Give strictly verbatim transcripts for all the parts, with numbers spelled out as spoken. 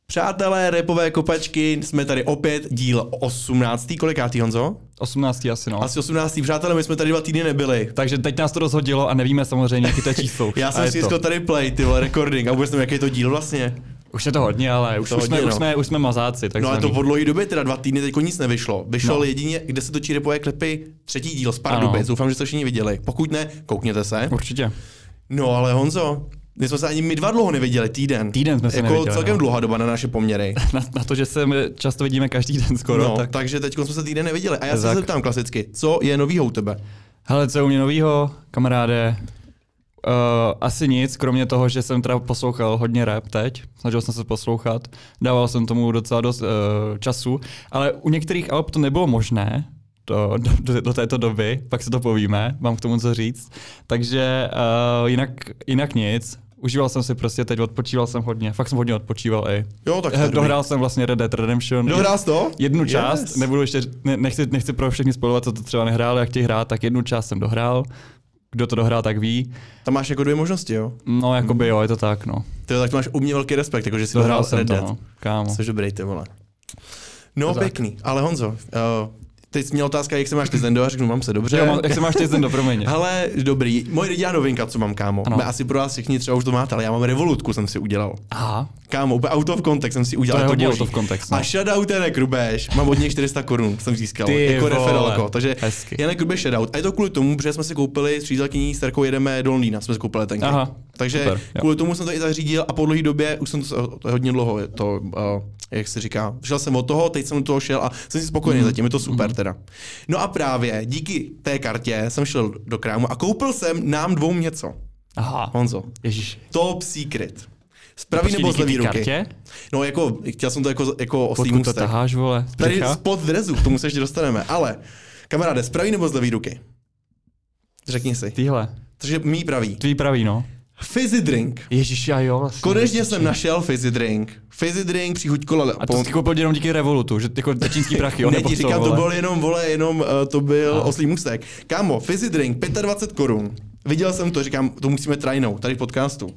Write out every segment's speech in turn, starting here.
Přátelé, rapové kopačky, jsme tady opět, díl osmnáctý, kolikátý, Honzo? osmnáctý asi, no. Asi osmnáctý, přátelé, my jsme tady dva týdny nebyli. Takže teď nás to rozhodilo a nevíme samozřejmě, jaký to je číslo. Já jsem si to tady play, ty vole, recording, a vůbec nevím, jaký je to díl vlastně. Už je to hodně, ale už, to už, hodně, jsme, no. už, jsme, už jsme mazáci. No ale to po dlouhé době, teda dva týdny, teďko nic nevyšlo. Vyšel no. jedině, kde se točí rapové klipy, třetí díl z pár ano. doby, doufám, že jste všichni viděli. Pokud ne, koukněte se. Určitě. No ale Honzo, my jsme se ani my dva dlouho neviděli, týden. Týden jsme se jako neviděli. celkem no. dlouhá doba na naše poměry. na, na to, že se my často vidíme každý den skoro. No, tak. takže teď jsme se týden neviděli. A já se tak. zeptám klasicky, co je novýho u tebe? Hele, co je u mě novýho, kamaráde? Uh, asi nic, kromě toho, že jsem teda poslouchal hodně rap teď, snažil jsem se poslouchat, dával jsem tomu docela dost uh, času, ale u některých alb to nebylo možné do, do, do této doby, pak se to povíme, mám k tomu co říct, takže uh, jinak, jinak nic. Užíval jsem si prostě teď, odpočíval jsem hodně, fakt jsem hodně odpočíval i. Jo, tak to Dohrál jsem vlastně Red Dead Redemption. Dohrál jsi to? Jednu část, yes. nebudu ještě, ne, nechci, nechci pro všechny spojovat, co to třeba nehrál, jak chtějí hrát, tak jednu část jsem dohrál. Kdo to dohrál, tak ví. Tam máš jako dvě možnosti, jo? No, jakoby jo, je to tak, no. Ty tak to máš u mě velký respekt, jakože jsi Dohrál dohrál jsem Red to, Dead. no, kámo. Jsi dobrý, ty vole. No, To pěkný. Tak. Ale Honzo, uh, teď jsi měl otázka, jak se máš ty Zendo, a řeknu, mám se dobře. Jo, má, jak se máš ty Zendo, promiň. Hele, dobrý. Moje jediná novinka, co mám, kámo. Ano. Asi pro vás všichni třeba už to máte, ale já mám revolutku, jsem si udělal. Aha. Kámo, úplně out of context jsem si udělal. To je hodně boží. out of context, no. A shoutout Janek Rubeš, mám od něj čtyři sta korun, jsem získal. Ty jako vole. referálko. Takže Hezky. Janek Rubeš shoutout. A je to kvůli tomu, protože jsme si koupili s přítelkyní s Terkou jedeme do Londýna, jsme si koupili letenky. Aha. Takže Super, kvůli tomu jsem to i zařídil a po dlouhé době, už jsem to, to je hodně dlouho, je to, uh, jak se říká, šel jsem od toho, teď jsem do toho šel a jsem si spokojený mm. zatím, je to super mm. teda. No a právě díky té kartě jsem šel do krámu a koupil jsem nám dvou něco. Aha. Honzo. Ježíš. Top secret. Z pravý nebo z levý ruky? Kartě? No jako, chtěl jsem to jako, jako oslý Odkud to můstek. taháš, vole? Tady Břicha? spod drezu, k tomu se ještě dostaneme, ale kamaráde, z pravý nebo z levý ruky? Řekni si. Týhle. Takže mý pravý. Tvý pravý, no. Fizzy drink. Ježíš, já jo, vlastně. Konečně jsem našel fizzy drink. Fizzy drink, příchuť kola. A to jsi koupil jenom díky Revolutu, že jako čínský prachy, on Ne, ti říkám, to vole. byl jenom, vole, jenom uh, to byl A. oslý můstek. Kámo, fizzy drink, dvacet pět korun. Viděl jsem to, říkám, to musíme trynout, tady v podcastu.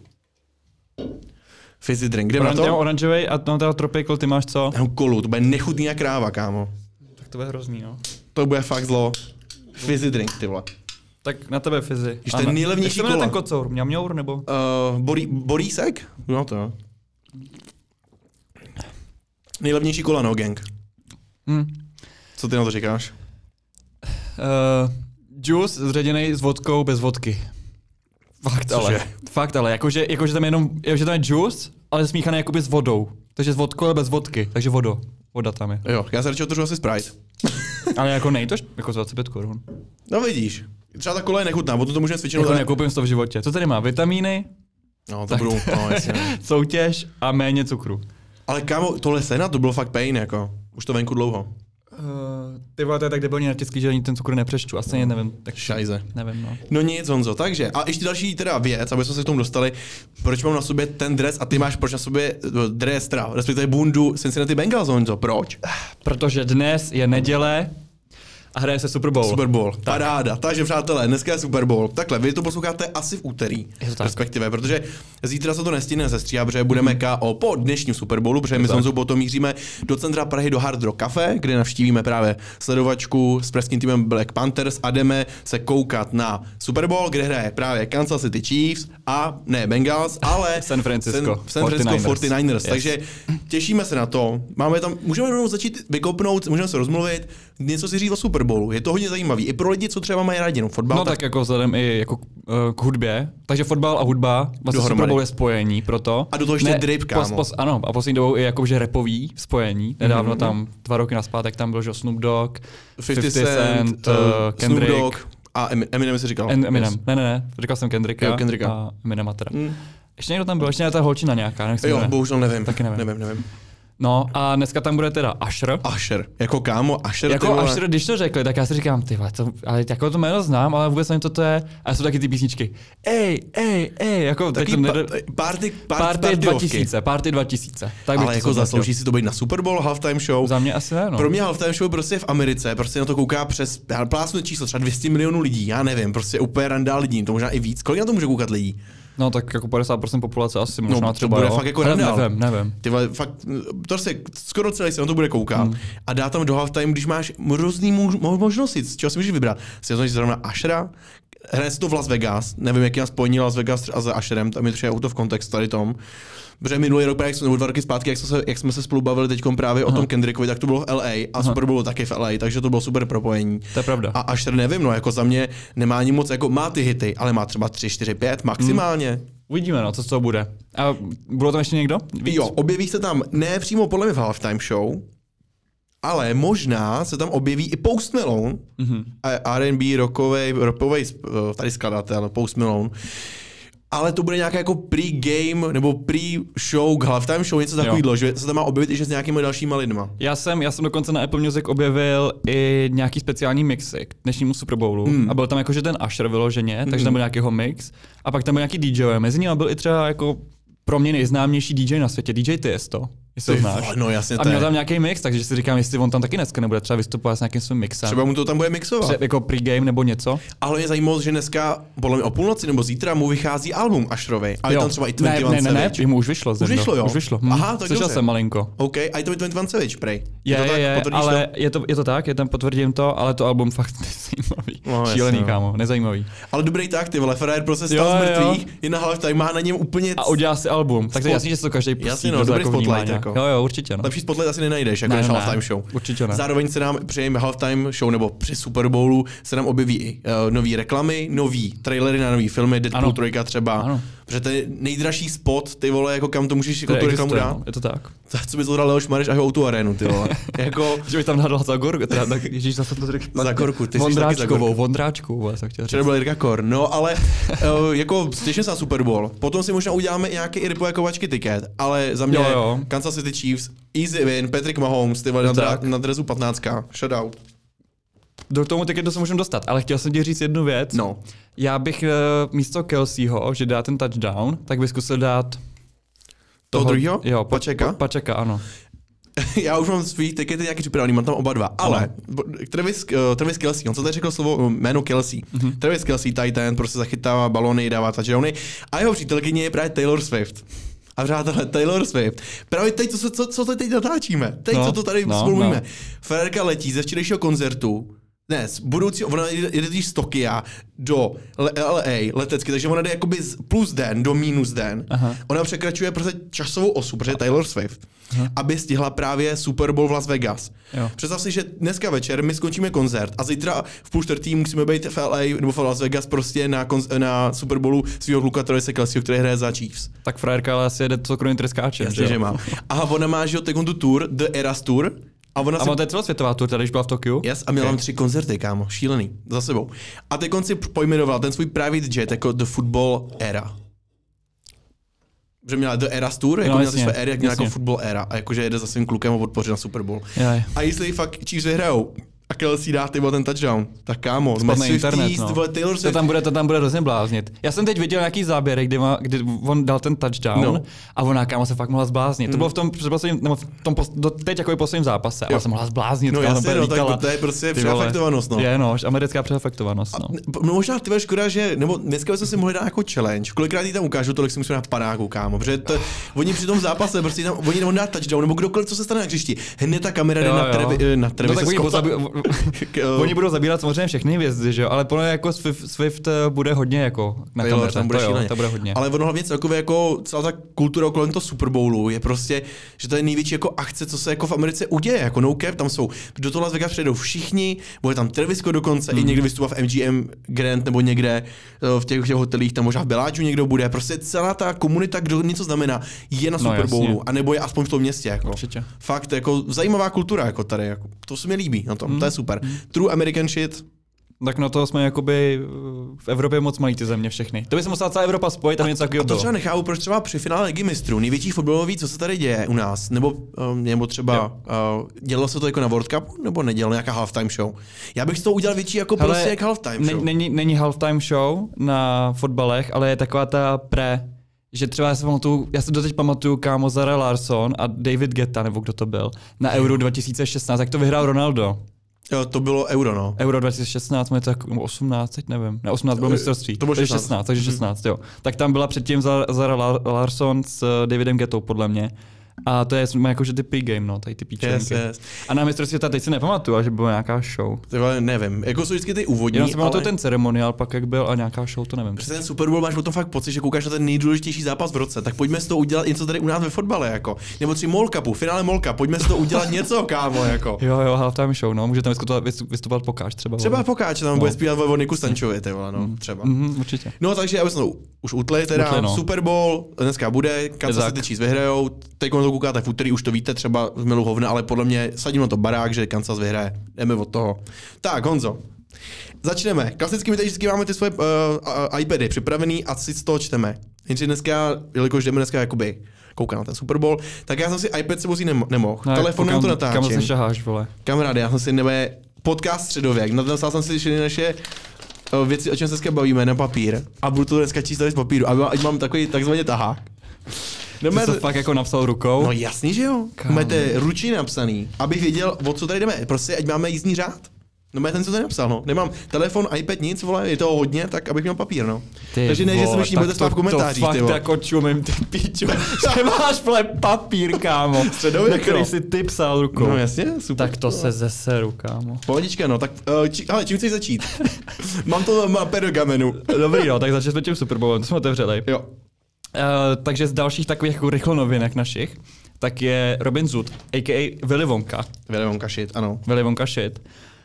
Fizzy drink, jdeme na Oran, to? oranžovej a no, teda tropical, ty máš co? Jenom kolu, to bude nechutný jak kráva, kámo. Tak to bude hrozný, no. To bude fakt zlo. Fizzy drink, ty vole. Tak na tebe Fizzy. Když ten nejlevnější Jak se jmenuje kola. ten kocour? Mňamňour nebo? Uh, borí, borísek? No to jo. Nejlevnější kola, no, gang. Hm. Co ty na to říkáš? Uh, juice zředěnej s vodkou bez vodky. Fakt Cože? ale. Fakt ale, jakože, jakože tam je jenom, jakože tam je juice, ale smíchaný jakoby s vodou. Takže s vodkou ale bez vodky, takže vodo. Voda tam je. Jo, já se radši otevřu asi Sprite. Ale jako nej, to jako dvacet pět korun. No vidíš, třeba ta kola je nechutná, potom to můžeme cvičit. Jako nekoupím to v životě. Co tady má? Vitamíny, No to budou, no jasně. No. soutěž a méně cukru. Ale kámo, tohle sena, to bylo fakt pain, jako. Už to venku dlouho. Uh, ty vole, to je tak debilní natisky, že ani ten cukr nepřečtu. Asi no. nevím. Tak Šajze. nevím, no. No nic, Honzo, takže. A ještě další teda věc, aby jsme se k tomu dostali. Proč mám na sobě ten dres a ty máš proč na sobě dres, teda, respektive bundu Cincinnati Bengals, Honzo, proč? Protože dnes je neděle a hraje se Super Bowl. Super Bowl, tak. Paráda. Takže přátelé, dneska je Super Bowl. Takhle, vy to posloucháte asi v úterý, respektive, protože zítra se to nestihne sestříhat, protože budeme K O po dnešním Super Bowlu, protože my s Honzou potom míříme do centra Prahy do Hard Rock Cafe, kde navštívíme právě sledovačku s pražským týmem Black Panthers a jdeme se koukat na Super Bowl, kde hraje právě Kansas City Chiefs a ne Bengals, ale San Francisco, San, San Francisco forty-niners. Yes. Takže těšíme se na to. Máme tam, můžeme rovnou začít vykopnout, můžeme se rozmluvit, něco si říct o Super Bowlu. Je to hodně zajímavý. I pro lidi, co třeba mají rádi jenom fotbal. No tak, tak jako vzhledem i jako uh, k hudbě. Takže fotbal a hudba, vlastně Super Bowl je spojení proto. A do toho ještě ne, drip, kámo. Pos, pos, ano, a poslední dobou i jakože rapový spojení. Nedávno mm-hmm. tam dva roky naspátek tam byl že Snoop Dogg, fifty Cent, uh, Kendrick. Snoop Dogg a Eminem si říkal. Eminem, yes. ne, ne, ne, říkal jsem Kendricka, jo, Kendricka. a Eminema teda. Mm. Ještě někdo tam byl, ještě ta holčina nějaká, nevím, Jo, bohužel nevím. Taky nevím. nevím, nevím. No a dneska tam bude teda Usher. Usher, jako kámo, Usher. Jako Usher, když to řekli, tak já si říkám, ty vole, to, ale jako to jméno znám, ale vůbec nevím, co to je. A jsou taky ty písničky. Ej, ej, ej, jako taky to nede... party, party, party dva tisíce, party dva tisíce. Tak ale jako zaslouží si to být na Super Bowl halftime show. Za mě asi ne, no. Pro mě halftime show prostě v Americe, prostě na to kouká přes, plásnu číslo, třeba dvě stě milionů lidí, já nevím, prostě úplně randál lidí, to možná i víc. Kolik na to může koukat lidí? No tak jako padesát procent populace asi možná no, třeba, to bude jo. fakt jako nevím, nevím, nevím. Ty vole, fakt, to se skoro celý se na to bude koukat hmm. a dá tam do halftime, když máš různý mo- možnosti, z čeho si můžeš vybrat. Si to zrovna Ushera, hraje se to v Las Vegas, nevím, jaký má spojení Las Vegas a s Usherem, tam je třeba auto v kontextu tady tom. Protože minulý rok, právě, nebo dva roky zpátky, jak jsme se, jak jsme se spolu bavili teďkom právě Aha. o tom Kendrickovi, tak to bylo v L A a Aha. Super Bowl taky v L A, takže to bylo super propojení. To je pravda. A Usher nevím, no, jako za mě nemá ani moc, jako má ty hity, ale má třeba tři, čtyři, pět maximálně. Hmm. Uvidíme, no, co z toho bude. A bylo tam ještě někdo? Víc? Jo, objeví se tam ne přímo podle mě v halftime show, ale možná se tam objeví i Post Malone, mm-hmm. R and B, rockovej, rockovej tady skladatel, Post Malone. Ale to bude nějaká jako pre-game nebo pre-show k halftime show, něco takového, že se tam má objevit i že s nějakými dalšíma lidma. Já jsem, já jsem dokonce na Apple Music objevil i nějaký speciální mixy k dnešnímu Super Bowlu hmm. a byl tam jakože ten Usher vyloženě, hmm. takže tam byl nějakýho mix a pak tam byl nějaký D J, mezi nimi byl i třeba jako pro mě nejznámější D J na světě, D J Tiesto. Jestli to znáš. No, jasně, a měl tam nějaký mix, takže si říkám, jestli on tam taky dneska nebude třeba vystupovat s nějakým svým mixem. Třeba mu to tam bude mixovat. Pře- jako pre-game nebo něco. Ale mě zajímalo, že dneska, podle mě o půlnoci nebo zítra mu vychází album Usherovi. A je tam třeba i dvacet jedna ne, ne, ne, ne, mu už vyšlo. Už vyšlo, jo? Už vyšlo. Hm. Aha, tak slyšel jsem malinko. OK, a je to dvacet jedna Savage, prej. Je, je, to je, tak, je ale to? Je, to, je to tak, je tam potvrdím to, ale to album fakt nezajímavý. No, šílený, jasně, kámo, nezajímavý. Ale dobrý tak, ty vole, Ferrer prostě stal z mrtvých, je na halftime, má na něm úplně... A udělá si album, tak to jasně, že se to každý pustí. Jasně, no, dobrý spotlight, jako. Jo, jo, určitě, no. Lepší spotlight asi nenajdeš, jako ne, ne, halftime show. Určitě ne. Zároveň se nám při halftime show nebo při Super Bowlu se nám objeví i uh, nový reklamy, nový trailery na nový filmy, Deadpool tři třeba. Ano. Protože to je nejdražší spot, ty vole, jako kam to můžeš jako tu reklamu dát. No, je to tak. Co by to dal Leoš Mareš a jeho tu arénu, ty vole. Jako... že by tam nadal za gorku, teda tak, ježíš, zase to řekl. Za gorku, ty jsi taky za gorku. Vondráčkovou, vole, jsem chtěl říct. Včera byl Jirka Kor, no ale uh, jako těším se na Super Bowl. Potom si možná uděláme i nějaký i ripovakovačky tiket, ale za mě jo, jo. Kansas City Chiefs, easy win, Patrick Mahomes, ty vole, na, dra- na dresu patnáct, shutout. Do tomu tiketu se můžeme dostat, ale chtěl jsem ti říct jednu věc. No. Já bych uh, místo Kelseyho, že dá ten touchdown, tak bych zkusil dát toho, toho druhýho? Jo, Pačeka? Pa, Pačeka, ano. Já už mám svý tikety nějaký připravený, mám tam oba dva, ale Travis, uh, Travis Kelsey, on co tady řekl slovo jméno Kelsey. Mm-hmm. Travis Kelsey, Titan, prostě zachytává balony, dává touchdowny a jeho přítelkyně je právě Taylor Swift. A přátelé, Taylor Swift. Právě teď, co, co, co to teď natáčíme, teď, no, co to tady no, spolu mluvíme. No. Ferrerka letí ze včerejšího koncertu, ne, z budoucího, ona jde z Tokia do L A letecky, takže ona jde jakoby z plus den do minus den. Aha. Ona překračuje prostě časovou osu, protože Taylor Swift, aha, aby stihla právě Super Bowl v Las Vegas. Jo. Představ si, že dneska večer my skončíme koncert a zítra v půl čtvrtý musíme být v L A nebo v Las Vegas prostě na, konc- na Super Bowlu svého kluka Travise Kelseyho, který hraje za Chiefs. Tak frajerka ale asi jede to kromě treskáče. Jasně, že má. A ona má, že jo, tu tour, The Eras Tour. A ona a si... to je celosvětová tour, tady, když byla v Tokiu? Yes, a měla okay. tři koncerty, kámo, šílený, za sebou. A teď si pojmenoval ten svůj private jet jako The Football Era. Že měla The Eras Tour, jako no, měla ty své éry, jak měla jako Football Era. A jakože jede za svým klukem a podpoří na Super Bowl. Jaj. A jestli fakt Chiefs vyhrajou a Kelsey dá ty ten touchdown, tak kámo, jsme internet, no. Taylor Swift. To tam bude, to tam bude hrozně bláznit. Já jsem teď viděl nějaký záběrek, kdy, má, kdy on dal ten touchdown no. a ona kámo se fakt mohla zbláznit. Mm. To bylo v tom, nebo v tom post, do, teď jako i posledním zápase, ale se mohla zbláznit. No jasně, no, tak to je prostě přeafektovanost, no. Je, no, americká přeafektovanost, no. A, no možná ty škoda, že, nebo dneska jsme si mohli dát jako challenge. Kolikrát jí tam ukážu, tolik si musíme dát panáku, kámo, protože to, oni při tom zápase prostě tam, oni tam dá touchdown, nebo kdokoliv, co se stane na hřišti. Hned ta kamera jde na Travis, na Travis Oni budou zabírat samozřejmě všechny hvězdy, že jo, ale podle jako Swift, Swift bude hodně jako na jo, kameře. Tam bude, to, jo, to bude hodně. Ale ono hlavně celkově jako celá ta kultura kolem toho Super Bowlu je prostě, že to je největší jako akce, co se jako v Americe uděje, jako no cap, tam jsou, do toho Las Vegas přijedou všichni, bude tam Travisko dokonce, mm. i někdo vystupuje v M G M Grand nebo někde v těch, těch hotelích, tam možná v Beláču někdo bude, prostě celá ta komunita, kdo něco znamená, je na Super no, Bowlu, a nebo je aspoň v tom městě, jako. Určitě. Fakt, jako zajímavá kultura, jako tady, jako, to se mi líbí na tom, mm. to je super. Mm. True American shit. Tak na to jsme jakoby v Evropě moc mají ty země všechny. To by se musela celá Evropa spojit, tam něco takového. A to třeba nechápu, proč třeba při finále Ligy mistrů, největší fotbalový, co se tady děje u nás, nebo, um, nebo třeba uh, dělalo se to jako na World Cupu, nebo nedělalo nějaká halftime show. Já bych z toho udělal větší jako Hele, prostě jak halftime show. Není, není halftime show na fotbalech, ale je taková ta pre, že třeba já si pamatuju, já si doteď pamatuju kámo Zara Larsson a David Guetta, nebo kdo to byl, na Euro dva tisíce šestnáct, jak to vyhrál Ronaldo. Jo, to bylo Euro, no. Euro dva tisíce šestnáct, mě tak osmnáct, teď nevím. Ne, osmnáct bylo mistrovství. To bylo šestnáct. šestnáct, takže šestnáct, jo. Tak tam byla předtím Zara Larsson s Davidem Gettou, podle mě. A to je jakože ty pig game, no, tady ty píčenky. Yes, yes. A na mistrovství světa teď si nepamatuju, že byla nějaká show. Tyhle, nevím, jako jsou vždycky ty úvodní, jenom si pamatuju ale... ten ceremoniál, pak jak byl a nějaká show, to nevím. Prostě ten Super Bowl máš potom fakt pocit, že koukáš na ten nejdůležitější zápas v roce, tak pojďme z toho udělat něco tady u nás ve fotbale, jako. Nebo tři Mall Cupu, finále Mall Cup, pojďme z toho udělat něco, kámo, jako. Jo, jo, halftime show, no, můžete tam vystupovat Pokáč třeba. Třeba Pokáč, tam no. bude zpívat o Niku Stančovi, ty vole, no, třeba. Mm, určitě. No, takže aby jsme už utli, teda utli, no. Super Bowl, dneska bude, Kansas City Chiefs vyhrajou, teď to koukáte v úterý, už to víte, třeba v milu hovna, ale podle mě sadím na to barák, že Kansas vyhraje. Jdeme od toho. Tak, Honzo. Začneme. Klasicky my tady vždycky máme ty svoje uh, iPady připravený a si z toho čteme. Jenže dneska, jelikož jdeme dneska jakoby koukat na ten Super Bowl, tak já jsem si iPad sebou si nemo- nemohl. No, telefon nám to natáčím. Kam se šaháš, vole? Kamaráde, já jsem si nebe podcast Středověk. Napsal jsem si všechny naše uh, věci, o čem se dneska bavíme, na papír. A budu to dneska číst z papíru. A ať mám takový takzvaně tahák. Jsi to fakt jako napsal rukou? No jasně, že jo. Máte ručně napsaný, abych věděl, o co tady jdeme. Prostě ať máme jízdní řád. No má ten, co tady napsal, no. Nemám telefon, iPad, nic, vole, je toho hodně, tak abych měl papír, no. Ty Takže ne, že se mi budete v komentářích, ty vole. To fakt jako čumím, ty píčo, že máš, vole, papír, kámo. Na který si ty psal rukou. No jasně, super. Tak to se zeseru, kámo. Pohodička, no, tak, uh, či, ale čím chceš začít? Mám to na pergamenu. Dobrý, no, tak začneme tím Super Bowlem, to jsme otevřeli. Jo. Uh, takže z dalších takových jako rychlonovinek našich, tak je Robin Zoot, a k a. Willy Wonka. Willy Wonka shit, ano. Willy Wonka shit.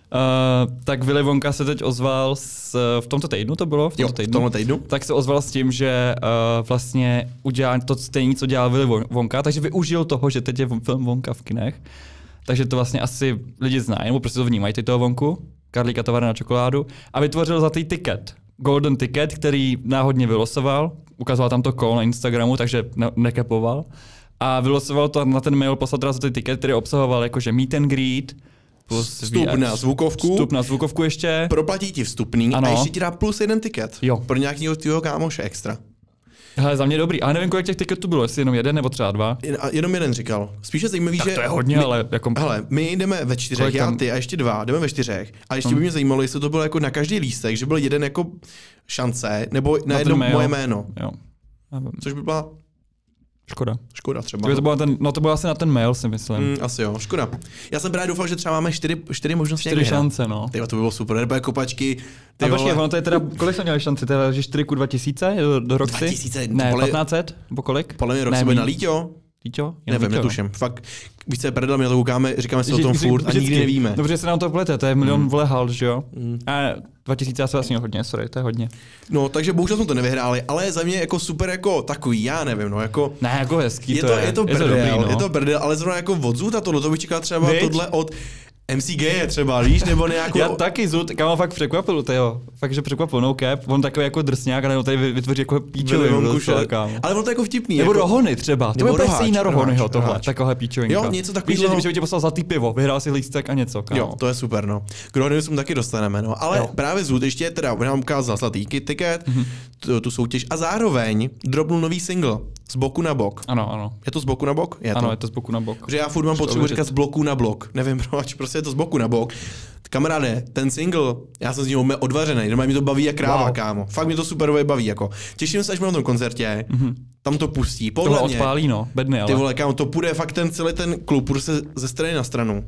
Uh, tak Willy Wonka se teď ozval s, v tomto týdnu, to bylo? V tomto jo, týdnu. v tomto týdnu. Tak se ozval s tím, že uh, vlastně udělá to stejné, co dělal Willy Wonka, takže využil toho, že teď je film Wonka v kinech. Takže to vlastně asi lidi znají, nebo prostě to vnímají, ty toho Wonku, Karlíka továrna na čokoládu, a vytvořil zlatý ticket. Golden ticket, který náhodně vylosoval, ukazoval tam to call na Instagramu, takže ne- nekepoval. A vylosoval to na ten mail, poslal teda zlatý ticket, který obsahoval jakože meet and greet, plus vstup na zvukovku. Vstup na zvukovku ještě. Proplatí ti vstupný ano. A ještě ti dá plus jeden tiket. Jo. Pro nějakého tvýho kámoše extra. Hele, za mě dobrý, ale nevím, kolik těch tiketů bylo, jestli jenom jeden nebo třeba dva. Jen, jenom jeden říkal. Spíše zajímavý, tak že... to je hodně, my, ale jako... Hele, my jdeme ve čtyřech, já, ty a ještě dva, jdeme ve čtyřech. A ještě hmm. by mě zajímalo, jestli to bylo jako na každý lístek, že byl jeden jako šance, nebo na, na jedno moje jméno. Jo. Což by byla... Škoda. Škoda třeba. To bylo ten, no to bylo asi na ten mail, si myslím. Mm, asi jo, škoda. Já jsem právě doufal, že třeba máme čtyři, čtyři možnosti. Čtyři šance, no. Tyjo, to by bylo super, nebo kopačky. Ty a počkej, ono to je teda, kolik jsme měli šanci? Teda, že čtyři ku dva tisíce do, do Roxy? dva tisíce, ne, pole... patnáct set? Nebo kolik? Podle mě Roxy bude na Líťo. Líťo? Nevím, Líťo, netuším. No. Fakt, víc se prdel, my na to koukáme, říkáme si o tom furt a nikdy nevíme. Dobře, se nám to plete, to je milion mm. vole hal, že jo? Mm. A dva tisíce asi vlastně hodně, sorry, to je hodně. No, takže bohužel jsme to nevyhráli, ale za mě jako super jako takový, já nevím, no jako... Ne, jako hezký je to, to je. Je to brdel, je to, dobrý, no. je to brdel, ale zrovna jako od Zoot a tohle, to bych čekal třeba Víč? tohle od M C G je třeba, víš, nebo nějakou... Já taky Zoot, kámo fakt překvapil, tyjo. Fakt, že překvapil, no cap, on takový jako drsňák, ale tady vytvoří jako píčovinu, kámo. Ale on to jako vtipný. Nebo jako... rohony třeba, to bude stejný na rohonyho tohle, taková píčovinka. Jo, něco takového. Víš, že by tě poslal zlatý pivo, vyhrál si lístek a něco, kámo. Jo, to je super, no. K rohony jsme taky dostaneme, no. Ale jo. Právě Zoot ještě teda nám ukázal zlatý ticket, mm-hmm. tu, tu soutěž a zároveň dropnul nový single. Z boku na bok. Ano, ano. Je to z boku na bok? Je ano, to. je to z boku na bok. Protože já furt mám potřebu říkat z bloku na blok. Nevím proč, prostě je to z boku na bok. Kamaráde, ten single, já jsem z něho odvařený, mě to baví jak kráva, wow. Kámo. Fakt mě to super baví, jako. Těším se, až na tom koncertě, mm-hmm. tam to pustí. Podle Tohle mě, odpálí, no, bedny, ale. Ty vole, kámo, to půjde fakt ten celý ten klub, půjde se ze strany na stranu.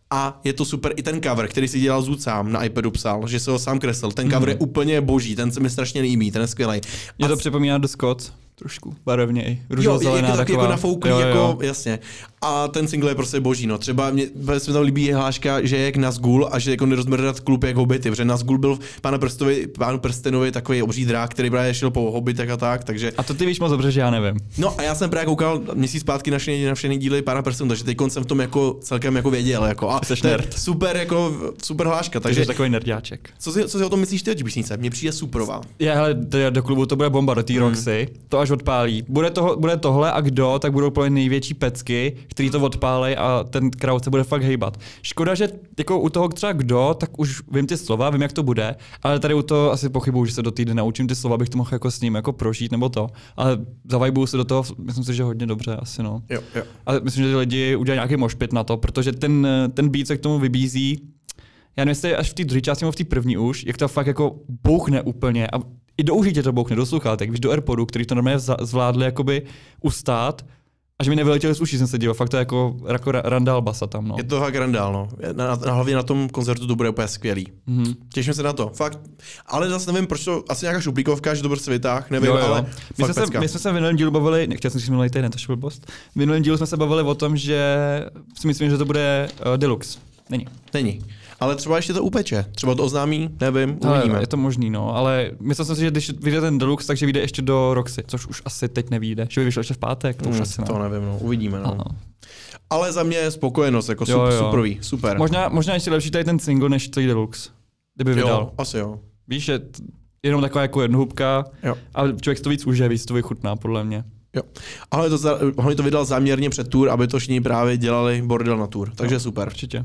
A je to super i ten cover, který si dělal Zoot sám, na iPadu psal, že se ho sám kreslil. Ten cover mm-hmm. je úplně boží, ten se mi strašně líbí, ten je skvělý. Mě to připomíná The Scots. Trošku barevněji, růžovozelená taková. taková. Jako nafouklý, jo, jo. jako, jasně. A ten single je prostě boží, no. Třeba mě se tam líbí hláška, že je jak Nazgul a že jako nerozmrdat klub jak hobity, protože Nazgul byl v Pánu Prstovi, Pánu Prstenovi takový obří drák, který právě šel po hobitech a tak, takže... A to ty víš moc dobře, že já nevím. No a já jsem právě koukal měsíc zpátky na všechny, na všechny díly Pána Prstenů, takže teď jsem v tom jako celkem jako věděl, jako. A to je super, jako super hláška, takže... Ty jsi takový nerdáček. Co si, co si o tom myslíš ty, písnice? Mně přijde superová. Já, hele, do klubu to bude bomba, do té Roxy, hmm. to až odpálí. Bude, toho, bude tohle a kdo, tak budou plně největší pecky, který to odpálej a ten crowd se bude fakt hejbat. Škoda, že jako u toho třeba kdo, tak už vím ty slova, vím, jak to bude, ale tady u toho asi pochybuju, že se do týdne naučím ty slova, abych to mohl jako s ním jako prožít nebo to. Ale zavajbuju se do toho, myslím si, že hodně dobře asi, no. Jo, jo. Ale myslím, že lidi udělají nějaký mošpit na to, protože ten, ten beat se k tomu vybízí. já nevím, jestli až v té druhé části nebo v té první už, jak to fakt jako bouchne úplně a i do uší tě to bouchne, do sluchátek, víš, do AirPodu, který to normálně zvládli jakoby ustát, a že mi nevyletěli z uší, jsem se díval, fakt to je jako, jako randál basa tam, no. Je to fakt randál, no. Na, na, hlavně na tom koncertu to bude úplně skvělý. Mm-hmm. Těším se na to, fakt. Ale zase nevím, proč to, asi nějaká šuplíkovka, že to prostě vytáh, nevím, jo, jo. ale my jsme, se, my jsme se v minulém dílu bavili, nechtěl jsem si minulý týden, to je blbost. V minulém dílu jsme se bavili o tom, že si myslím, že to bude uh, deluxe. Není. Není. Ale třeba ještě to upeče, třeba to oznámí, nevím, uvidíme. Ale je to možný, no, ale myslel jsem si, že když vyjde ten deluxe, takže vyjde ještě do Roxy, což už asi teď nevyjde. Že by vyšlo ještě v pátek, to už hmm, asi ne. To nevím, no, uvidíme, no. Ano. Ale za mě spokojenost, jako jo, jo. superový, super. Možná, možná ještě lepší tady ten single, než celý deluxe, kdyby vydal. Jo, asi jo. Víš, že t- jenom taková jako jednohubka, ale člověk to víc užije, víc to vychutná, podle mě. Jo, ale to, za, on to vydal záměrně před tour, aby to všichni právě dělali bordel na tour, takže jo, super. Určitě.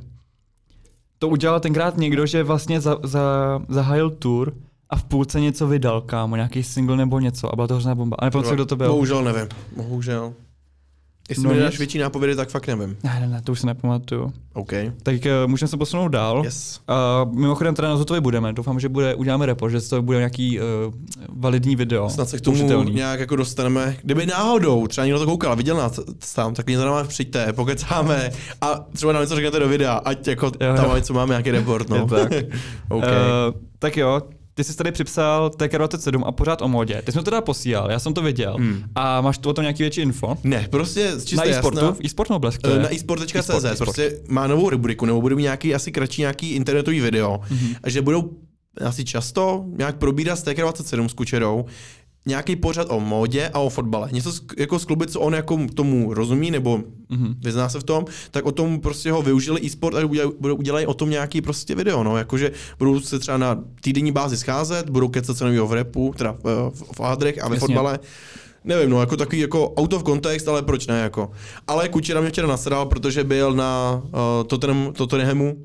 To udělal tenkrát někdo, že vlastně za, za, zahájil tour a v půlce něco vydal, kámo, nějaký single nebo něco a byla to hrozná bomba. A nepamatuji se, kdo to byl. Bohužel nevím, bohužel. Jestli no mi dáš větší nápovědy, tak fakt nevím. Ne, ne, ne, to už se nepamatuju. OK. Tak uh, můžeme se posunout dál. Yes. Uh, mimochodem teda na Zotovi budeme, doufám, že bude, uděláme report, že to bude nějaký uh, validní video. Snad se k tomu užitelný. Nějak jako dostaneme. Kdyby náhodou třeba někdo to koukal, viděl nás tam, tak mě za náma přijďte, pokecáme a třeba nám něco řeknete do videa, ať jako jo, tam něco máme, nějaký report, no. tak. Okay. Uh, tak jo. Ty jsi tady připsal T K dvacet sedm a pořád o modě. Ty jsi mi to teda posílal, já jsem to viděl. Hmm. A máš tu o tom nějaký větší info? Ne, prostě čistě na e-sportu? Jasná. E-sport nebo blesk? To je? Na e-sport tečka cé zet prostě má novou rubriku, nebo budou nějaký asi kratší nějaký internetový video. Mm-hmm. A že budou asi často nějak probírat s T K dvacet sedm s Kučerou nějaký pořad o módě a o fotbale. Něco jako z kluby, co on jako tomu rozumí, nebo mm-hmm. vyzná se v tom, tak o tom prostě ho využili e-sport a udělají, udělají o tom nějaký prostě video, no, jakože budou se třeba na týdenní bázi scházet, budou kecat co novýho v rapu, teda v, v hádrech a ve Jasně. fotbale. Nevím, no, jako takový jako out of context, ale proč ne, jako. Ale Kučera mě včera nasral, protože byl na uh, Tottenham, Tottenhamu,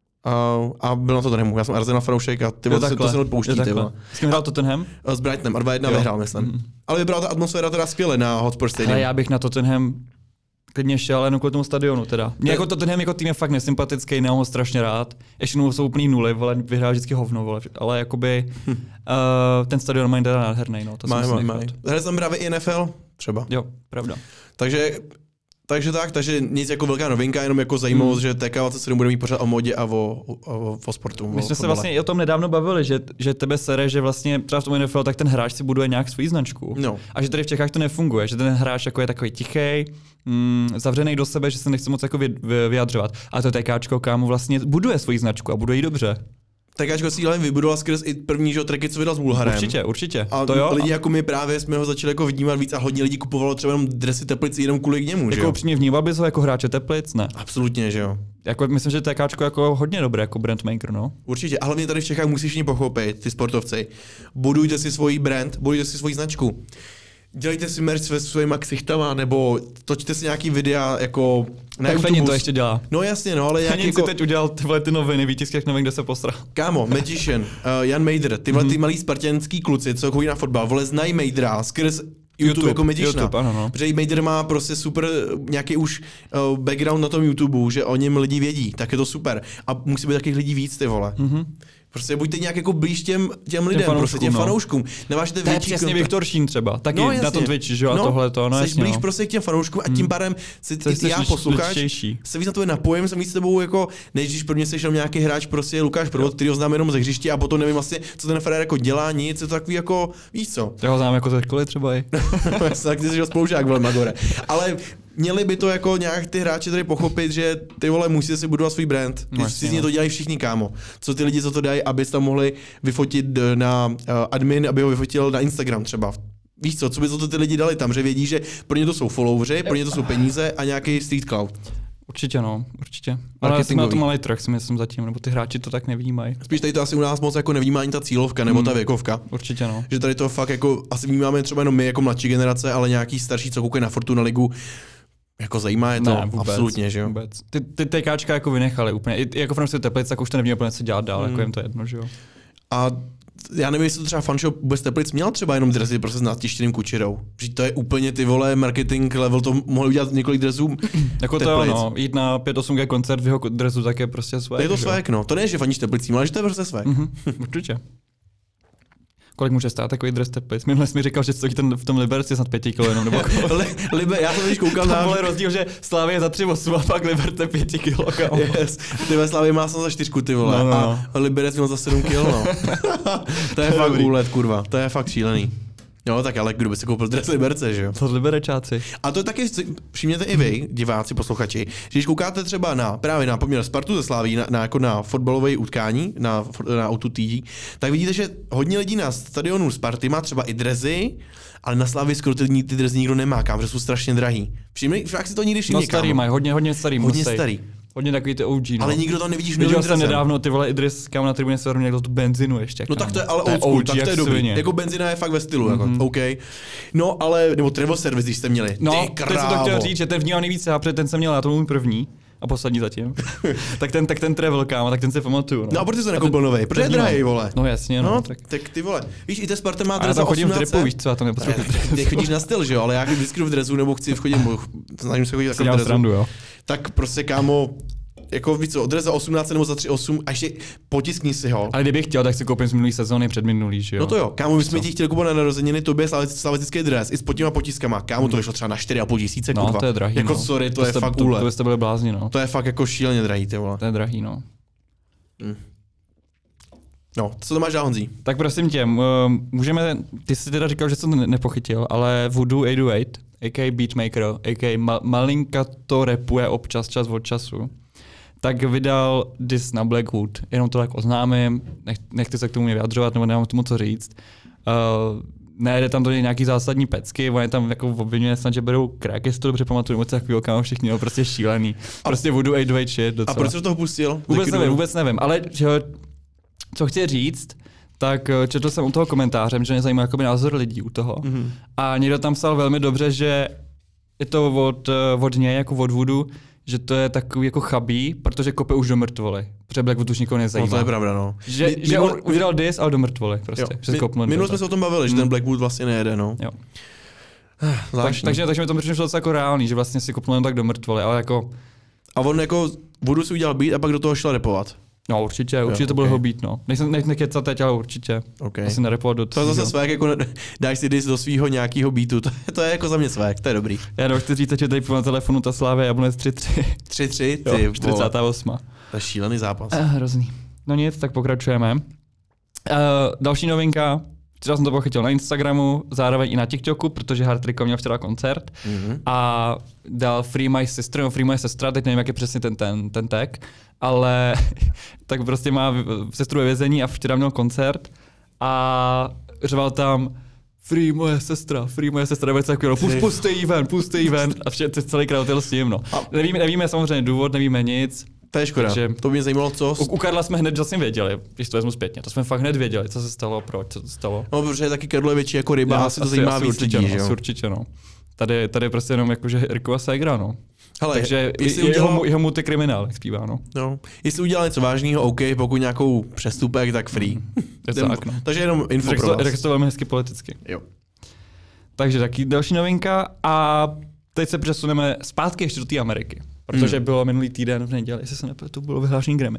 Uh, a byl na Tottenhamu, já jsem Arsenal fanoušek a ty se to se odpouští. S kým hrál Tottenham? S Brightonem a dva jedna vyhrál, myslím. Mm. Ale vybrala ta atmosféra teda skvěle na Hotspur Stadium. Ale já bych na Tottenham klidně šel, ale jenom kvůli tomu stadionu teda. Mě jako Tottenham jako tým je fakt nesympatický, nemám ho strašně rád. Ještě jsou úplný nuly, vole, vyhrál vždycky hovno, vole, ale jakoby hm. uh, ten stadion má teda nádherný, no, to maj, jsem maj, maj. Hraje tam právě i N F L třeba. Jo, pravda. Takže Takže tak, takže nic jako velká novinka, jenom jako zajímavost, hmm. že T K dvacet sedm bude mít pořád o modě a o, o, o sportu. My jsme se vlastně i o tom nedávno bavili, že, že tebe sere, že vlastně třeba v tom N F L tak ten hráč si buduje nějak svou značku. No. A že tady v Čechách to nefunguje, že ten hráč jako je takový tichý, mm, zavřený do sebe, že se nechce moc jako vy, vy, vyjadřovat. A to TKčko, kámo, vlastně buduje svou značku a buduje ji dobře. TKčko si hlavně vybudoval skrz i první že, tracky, co vydal s Bulharem. Určitě, určitě. A to jo. lidi jako my právě jsme ho začali jako vnímat víc a hodně lidí kupovalo třeba jenom dresy Teplic jenom kvůli k němu. Jako upřímně vnímal bys ho jako hráče Teplic? Ne. Absolutně, že jo. Jako, myslím, že TKčko jako hodně dobré jako brandmaker, no. Určitě. A hlavně tady v Čechách musíš všichni pochopit, ty sportovci. Budujte si svůj brand, budujte si svoji značku. Dělejte si merch se svýma ksichtama, nebo točte si nějaký videa jako na tak YouTube. Fenin to ještě dělá. No jasně, no, ale Fenin nějaký jako... si teď udělal tyhle ty noviny, výtisk těch novin, kde se posral. Kámo, Magician, uh, Jan Mejdr, tyhle mm-hmm. ty malí spartanský kluci, co chodí na fotbal, vole, znají Mejdra skrz YouTube, YouTube jako Magiciana. ano, no. Protože Mejdr má prostě super nějaký už uh, background na tom YouTube, že o něm lidi vědí, tak je to super. A musí být takových lidí víc, ty vole. Mm-hmm. Prostě buďte nějak jako blíž těm, těm lidem, těm prostě těm no. fanouškům. Nemáte to je přesně Viktor Šín třeba, taky no, na tom Twitchi, že jo, no, a tohle to, no jsi jasně, blíž no. prostě k těm fanouškům a tím hmm. pádem si ty, ty já posluchač, se víc na tebe napojím, jsem víc s tebou jako, než když pro mě jsi jenom nějaký hráč, prostě Lukáš Provod, který ho znám jenom ze hřiště a potom nevím vlastně, co ten Ferrer jako dělá, nic, je to takový jako, víš co. Já ho znám jako ze školy třeba i. Tak ty jsi ho spolužák, vole Magore. Ale měli by to jako nějak ty hráči tady pochopit, že ty vole musíte si budovat svůj brand. Když no, si z něj to dělají všichni, kámo. Co ty lidi, co to dají, aby tam mohli vyfotit na uh, admin, aby ho vyfotil na Instagram třeba. Víš co, co by to ty lidi dali tam, že vědí, že pro ně to jsou followři, pro ně to jsou peníze a nějaký street cloud. Určitě no, určitě. Ale jsme na to malý trh, si myslím zatím, nebo ty hráči to tak nevnímají. Spíš tady to asi u nás moc jako nevnímá ani ta cílovka nebo hmm. ta věkovka. Určitě no. Že tady to fakt jako asi vnímáme třeba jenom my jako mladší generace, ale nějaký starší, co koukají na Fortuna ligu. Jako zajímá je to, ne, vůbec, absolutně, že jo? Vůbec. Ty, ty TKčka jako vynechali úplně, I, jako v Teplic, tak už to neví úplně co dělat dál, hmm. jako jim to jedno, že jo? A já nevím, jestli to třeba fanshop vůbec Teplic měl třeba jenom dresy prostě s natištěným Kučerou. Že to je úplně ty vole marketing level, to mohli udělat několik dresů. Jako to je ono, jít na pět osm G koncert v jeho dresu, tak je prostě swag. Je to swag, no. To ne, že faníš Teplicím, ale že to je prostě swag. Mm-hmm, určitě. Kolik může stát takový dres Teplic? Minule jsi mi říkal, že stojí ten v tom Liberci snad pěti kilo jenom, nebo Liber, já jsem teď koukal na... Tam byl rozdíl, že Slavia je za tři osm a pak Liberce pěti kilo, kámo. Yes. Ty ve Slavii má snad za čtyřku, ty vole. No, no, no. A Liberec měl za sedm kilo, no. To je fakt úlet, kurva. To je fakt šílený. Jo, tak ale kdo by si koupil dres Liberce, že jo? To Liberečáci. A to je taky, všimněte i vy, diváci, posluchači, že když koukáte třeba na právě na poměr Spartu ze Slaví, na, na, jako na fotbalové utkání, na, na O dva T, tak vidíte, že hodně lidí na stadionu Sparty má třeba i drezy, ale na Slavii skoro ty, ty drezy nikdo nemá, kam, že jsou strašně drahý. Všimli, fakt si to nikdy všimli. No starý mají, hodně, hodně starý. Hodně musej. starý. Hodně takový ty O G, no. Ale nikdo tam nevidíš novým dresem. Viděl jsem nedávno ty vole Idris, kam na tribuně se měl tu benzinu ještě. No tak to je ale old school, tak to je dobrý. Jako benzina je fakt ve stylu, mm-hmm. jako, OK. No ale, nebo Travel Service, když jste měli. No, teď jsem to chtěl říct, že ten vnímám nejvíce, a protože ten jsem měl, já to byl můj první. A poslední zatím. tak ten, tak ten Travel, kámo, tak ten si pamatuju. No, no a proč jsi to nekoupil novej? Protože je drahej, vole. No jasně, no. no tak. tak ty vole. Víš, i ten Sparta má dres za osmnáct set. chodím v drepu, víš co, já to nepotřebuji. Ty chodíš na styl, že jo, ale já vždycky jdu v dresu, nebo chci chodit, snažím se chodit takový v dresu. Srandu, jo. Tak prostě, kámo, jako víc co, dres za osmnáct nebo za tři osm a ještě potiskni si ho. Ale kdybych chtěl, tak si koupím z minulý sezóny před minulý, že jo. No to jo, kámo, my jsme ti chtěli kupovat na narozeniny, tobě slavetický dres i s pod těma potiskama. Kámo, to vyšlo třeba na čtyři a půl tisíce, kurva. No, to je drahý, jako no. sorry, to, to je jste, fakt to, úlet. To byste byli blázni, no. To je fakt jako šíleně drahý, ty vole. To je drahý, no. Hmm. No, co to máš dál, Honzí? Tak prosím tě, můžeme, ty jsi teda říkal, že jsem to nepochytil, ale Voodoo osm set osm, a k a. Beatmaker, a k a. Ma- malinka to rapuje občas, čas od času, tak vydal diss na Blackwood. Jenom to tak oznámím, nech, nechci se k tomu vyjadřovat, nebo nemám tomu co říct. Uh, nejde tam do nějaký zásadní pecky, on je tam jako obviňuje snad, že berou crack, jestli to dobře pamatuju, moc takový kámo všichni, no, prostě šílený. Prostě Voodoo osm set osm shit docela. A proč jsi toho pustil? Vůbec nevím, vůbec nevím, ale že, co chci říct, tak četl jsem u toho komentářem, že mě zajímá jakoby názor lidí u toho. Mm-hmm. A někdo tam psal velmi dobře, že je to od, od něj, jako od Woodu, že to je takový jako chabý, protože kope už do mrtvoly. Protože Blackwood už nikoho nezajímá. No to je pravda, no. Že, my, že my, on udělal diss, ale do mrtvoly prostě. Minul jsme se o tom bavili, že ten Blackwood vlastně nejede, no. Jo. tak, takže, takže mi to přišlo docela jako reálný, že vlastně si kopnul jen tak do mrtvoly, ale jako... A on jako Woodu si udělal beat a pak do toho šel rapovat. No určitě, určitě jo, to byl okay. Jeho beat, no. Nejsem nech nekecat teď, ale určitě. Okay. Asi nerepovat do toho. To je zase swag, jako dáš si diss do svýho nějakého beatu, to, to je jako za mě swag, to je dobrý. Já nebo chci říct, že tady na telefonu ta Slávia Jablonec tři tři. tři tři, ty jo, čtyřicátá osmá. To je šílený zápas. Eh, hrozný. No nic, tak pokračujeme. Uh, další novinka, včera jsem to pochytil na Instagramu, zároveň i na TikToku, protože Hard Trick měl včera koncert mm-hmm. a dal Free My Sister, no Free My Sister, teď nevím, jak je přesně ten, ten, ten tag, ale tak prostě má sestru ve vězení a včera měl koncert a řval tam Free moje sestra, free moje sestra, nebo takového, pust, puste jí ven, puste jí ven a vše, celý krát s tím, no. Nevíme, nevíme samozřejmě důvod, nevíme nic. To je škoda, takže to by mě zajímalo, co... U, u Karla jsme hned vlastně věděli, když to vezmu zpětně, to jsme fakt hned věděli, co se stalo, proč, co se stalo. No, protože taky Karlo je větší jako ryba, asi to zajímá víc určitě, lidí, no, že jo? Určitě, no. Tady, tady prostě jenom jakože Irkova ségra, no. Hele, takže je, udělal... jeho, jeho multikriminál, jak zpívá, no. No, jestli udělal něco vážného, OK, pokud nějakou přestupek, tak free. Je to tak, no. Takže jenom info řekl pro vás. Řekl to velmi hezky politicky. Jo. Takže taky další novinka a teď se přesuneme zpátky ještě do té Ameriky, protože hmm. bylo minulý týden v neděli, jestli se nepletu, bylo vyhlášení Grammy.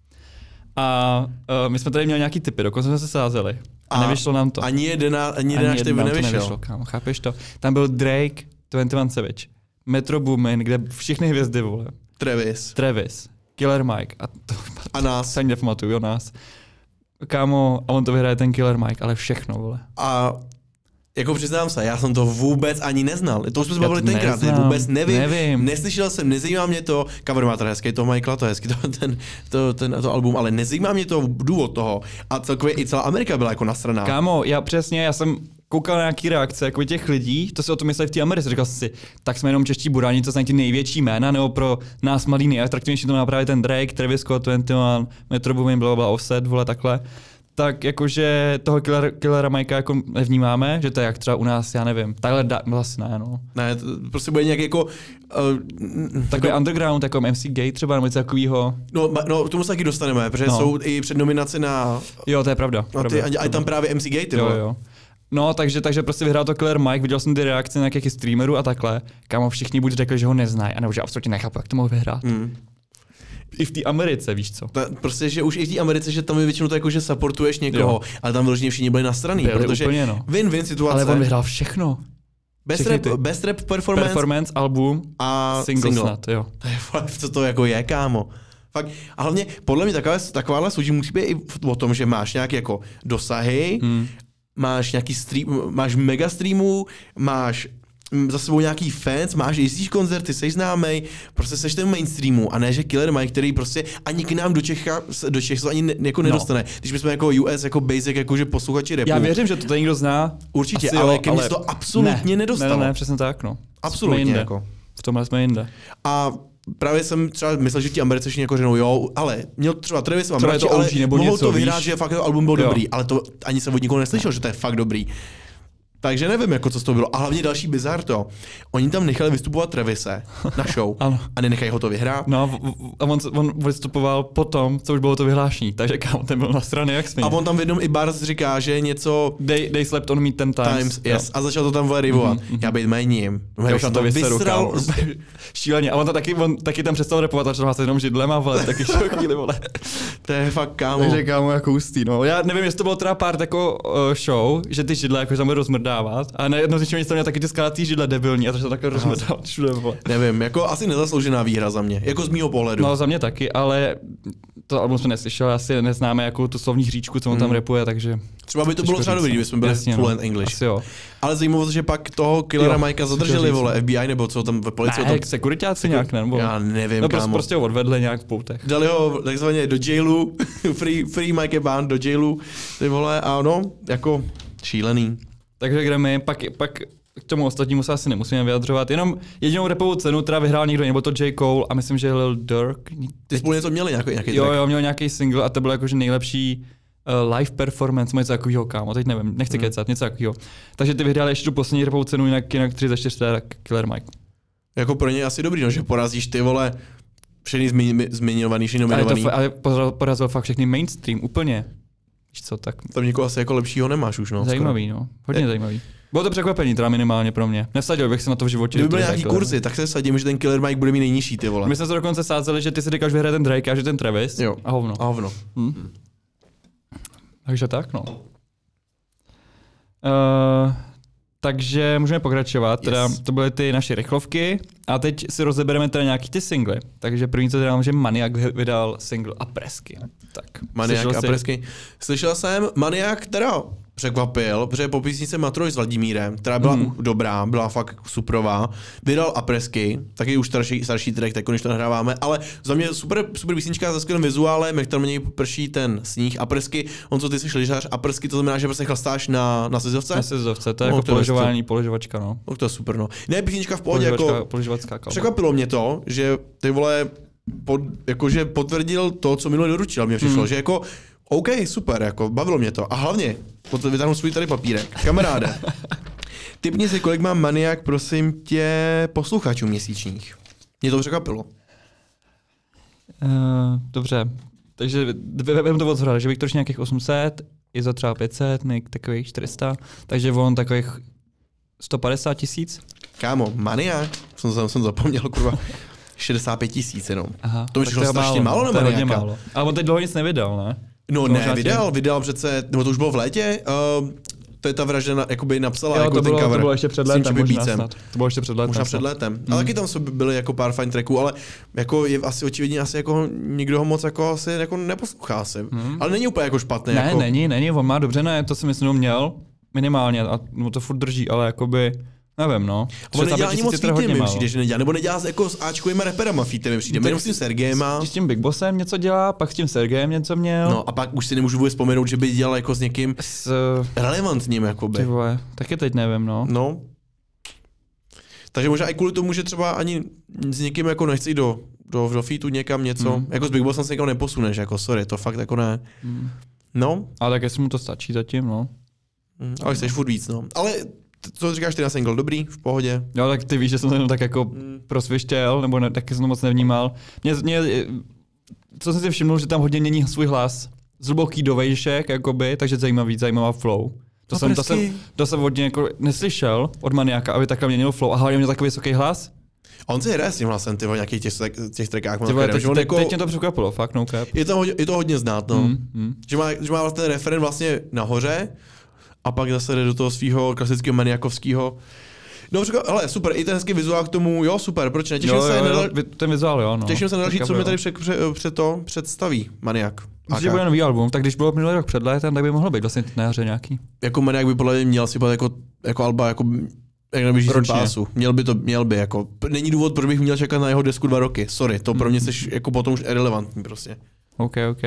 A uh, my jsme tady měli nějaký tipy, dokonce jsme se sázeli a, a nevyšlo nám to. Ani jeden, ani jeden, až nevyšel. nevyšlo, kámo, chápeš to? Tam byl Drake, dvacet jedna Savage, Metro Boomin, kde všechny hvězdy, vole. Travis. Travis, Killer Mike a to a nás. Se ani nepamatuju, nás. Kámo, a on to vyhraje ten Killer Mike, ale všechno, vole. A jako přiznám se, já jsem to vůbec ani neznal. To už jsme se bavili tenkrát, vůbec nevím, nevím. Neslyšel jsem, nezajímá mě to, cover má to hezký, to Michaela, to hezký, to, ten, to, ten, to album, ale nezajímá mě to důvod toho. A celkově i celá Amerika byla jako nasraná. Kámo, já přesně, já jsem koukal na nějaký reakce jako těch lidí, to si o tom mysleli v té Americe, říkal jsem si, tak jsme jenom čeští buráni, to jsou ty největší jména, nebo pro nás mladý nejatraktivnější to má právě ten Drake, Travis Scott, dvacet jedna, Metro Boomin, blablabla, Offset, vole, takhle. tak jakože toho killer, Killera Mikea jako nevnímáme, že to je jak třeba u nás, já nevím, takhle da, vlastně ne, no. Ne, to prostě bude nějak jako... Uh, Takový jako, underground, jako M C Gay třeba, nebo něco takovýho. No, no, k tomu se taky dostaneme, protože no. jsou i přednominace na... Jo, to je pravda. No, ty, pravda a, a tam právě M C Gay, ty jo, jo. No, takže, takže prostě vyhrál to Killer Mike, viděl jsem ty reakce na nějakých streamerů a takhle, kámo, všichni buď řekli, že ho neznají, anebo že absolutně nechápu, jak to mohl vyhrát. Mm. I v té Americe, víš co? Ta, prostě, že už i v té Americe, že tam je většinou to jako, že supportuješ někoho, jo. ale tam vyloženě všichni byli nasraný, byli protože úplně, no. win-win situace. Ale on vyhrál všechno. Best rap, best rap performance, performance, album a single, single. Snad, jo. To je fakt, co to jako je, kámo. Fakt. A hlavně, podle mě taková, takováhle soutěž musí být i o tom, že máš nějaké jako dosahy, hmm. máš nějaký stream, máš mega streamů, máš za sebou nějaký fans, máš jezdíš koncerty, jsi známej, prostě seš ten mainstreamu a ne, že Killer Mike, který prostě ani k nám do Čecha, do Čech se ani ne, jako nedostane. No. Když my jsme jako U S, jako basic, jakože posluchači rapu. Já věřím, že to tady někdo zná. Určitě, Asi ale ke mně to absolutně ne, nedostalo. Ne, ne, přesně tak, no. Absolutně jako. V tomhle jsme jinde. A právě jsem třeba myslel, že ti Americe všichni jako ženou, jo, ale měl třeba Travis mám radši, ale nebo mohl něco, to vyhrát, víš? že fakt to album byl jo. dobrý, ale to ani jsem od nikoho neslyšel, no. že to je fakt dobrý. Takže nevím, jako co z toho bylo. A hlavně další bizar to. Oni tam nechali vystupovat Travise na show a nenechají ho to vyhrát. No a on, on vystupoval potom, co už bylo to vyhlášení, takže kámo, ten byl na straně jak směň. A on tam v jednom i Bars říká, že něco... They, they slept on me ten times. times yes. A začal to tam vole rivovat. Mm-hmm. Já být méním. Já už na to vyseru, kámo. Šíleně. A on to taky, on taky tam přestal rapovat a třeba se jenom židlema, vole, taky chvíli, vole. To je fakt, kámo. Takže kámo, jako hustý, no. Já nevím, jestli to bylo teda pár jako uh, show, že ty židle jako tam byly rozmrdávat. A najednou z něčeho měl taky ty skládací židle debilní a to se to takhle rozmrdávat všude, vole. Nevím, jako asi nezasloužená výhra za mě. Jako z mýho pohledu. No za mě taky, ale to album jsme neslyšel, asi neznáme jako tu slovní hříčku, co on tam mm. rapuje, takže... Třeba by to bylo třeba dobrý, kdyby jsme byli Jasně, fluent no. English. Asi jo. Ale zajímavost, že pak toho Killera Mikea zadrželi, vole, F B I nebo co tam ve policii. Ne, tam... sekuritáci nějak, nebo? Já nevím, no, kámo. prostě ho odvedli nějak v poutech. Dali ho takzvaně do jailu, free, free Mike Band do jailu, ty vole, a no, jako šílený. Takže kde my, pak, pak k tomu ostatnímu se asi nemusíme vyjadřovat, jenom jedinou rapovou cenu teda vyhrál někdo, nebo to J. Cole a myslím, že Lil Durk. Ty spolu něco měli, nějaký, nějaký Jo, track. jo, měl nějaký single a to byl jakože nejlepší uh, live performance, něco takového, kámo, teď nevím, nechci hmm. kecat, něco takového. Takže ty vyhráli ještě tu poslední rapovou cenu, jinak, jinak tři ze čtyři Killer Mike. Jako pro ně asi dobrý, no, že porazíš ty vole všechny zmi, zmiňovaný, všechny nominovaný. Ale, to, ale porazil fakt všechny mainstream, úplně. Víš co, tak... Tam někoho asi jako lepšího nemáš už, no. Zajímavý, skoro. no, hodně je. zajímavý. Bylo to překvapení, teda minimálně pro mě. Nevsadil bych se na to v životě. Kdyby byly nějaký kurzy, tak se sadím, že ten Killer Mike bude mít nejnižší, ty vole. My jsme se dokonce sázeli, že ty si říkáš, vyhraje ten Drake a že ten Travis. Jo. A hovno. A hovno. Hm? Hmm. Takže tak, no. Uh, takže můžeme pokračovat. Yes. Teda to byly ty naše rychlovky a teď si rozebereme teda nějaký ty singly. Takže první co teda, že Maniak vydal single Apresky. Tak. Maniak Apresky. Slyšel jsem, Maniak teda překvapil, protože po písničce Matroj s Vladimírem, která byla mm. dobrá, byla fakt superová, vydal Apresky, taky už starší, starší track, tak když to nahráváme, ale za mě super, super písnička se skvělým vizuálem, jak tam na něj prší ten sníh. Apresky, on co ty jsi lyžař, Apresky to znamená, že prostě chlastáš na, na sezovce? Na sezovce, to je no, jako poližování, poližovačka, no. No to je super, no. Ne, písnička v pohodě, jako poližovacká kalba. Překvapilo mě to, že ty vole, pod, jakože potvrdil to, co minule doručil, mě přišlo, mm. že jako OK, super, jako bavilo mě to. A hlavně, vytáhnu svůj tady papírek. Kamaráde, tipni si, kolik má Maniak, prosím tě, posluchačů měsíčních. Mě to překvapilo. Uh, dobře, takže vem to odzhrát, že bych trošku nějakých osm set, je za třeba pět set, Nick takových čtyři sta, takže on takových sto padesát tisíc. Kámo, Maniak, jsem, jsem zapomněl, kurva. šedesát pět tisíc jenom. Aha, to mi přišlo strašně málo, málo na Maniaka. Málo. Ale on teď dlouho nic nevydal, ne? No to ne, vydal, vydal přece, nebo to už bylo v létě, uh, to je ta vražda, na, jakoby napsala jo, jako to ten bylo, cover. To bylo ještě před létem, možná snad. To bylo ještě před létem. Možná před létem. Hmm. Ale taky tam byly jako pár fajn tracků, ale jako je asi očividně asi jako nikdo ho moc jako asi jako neposlouchá asi. Hmm. Ale není úplně jako špatný. Ne, jako... není, není, on má dobře, ne, to si myslím, měl minimálně a no, to furt drží, ale jakoby nevím, no. On nedělá ani moc featy, mi přijde, že nedělá, nebo nedělá jako s Ačkovýma reperama featy, mi přijde, jenom s tím Sergejema. S tím Big Bossem něco dělá, pak s tím Sergejem něco měl. No a pak už si nemůžu vůbec vzpomenout, že by dělal jako s někým s, relevantním, jakoby. Ty vole, taky teď nevím, no. No. Takže možná i kvůli tomu, že třeba ani s někým jako nechci do, do, do featu někam něco, mm. jako s Big Bossem se někam neposuneš, jako sorry, to fakt jako ne. Mm. No. Ale tak jestli mu to stačí zatím, no. Mm, ale chceš furt víc, no. Ale co říkáš ty na single, dobrý, v pohodě? Jo, tak ty víš, že jsem se jenom tak jako mm. prosvištěl, nebo ne, taky jsem to moc nevnímal. Mě, mě, co jsem si všiml, že tam hodně mění svůj hlas. Zhluboký do vejšek, jakoby, takže zajímavý, zajímavá flow. To, jsem, to, jsem, to jsem hodně jako neslyšel od Maniaka, aby takhle měnil flow. A hlavně měl takový vysoký hlas. A on si hraje s tím hlasem, ty v nějakých těch, těch trackách. Ty vole, teď, teď, jako, teď mě to překvapilo, fakt, no cap. Je to, hodně, je to hodně znát, no. Mm, mm. Že, má, že má vlastně ten referent vlastně nahoře a pak zase jde do toho svého klasického maniakovského. No, ale super, i ten hezký vizuál k tomu, jo, super, proč ne? Těším jo, se jo, na jo, ten vizuál, jo, no. Těším se na další, co mi tady před, před, před to představí Maniak. Myslím, že bude nový album, tak když bylo minulý rok před létem, tak by mohlo být vlastně na jaře nějaký. Jako Maniak by podle mě měl si jako, jako alba, jako jak na běžícím pásu. Měl by to, měl by, jako, není důvod, proč bych měl čekat na jeho desku dva roky, sorry, to pro mě jsi jako potom už irrelevantní prostě. OK, OK.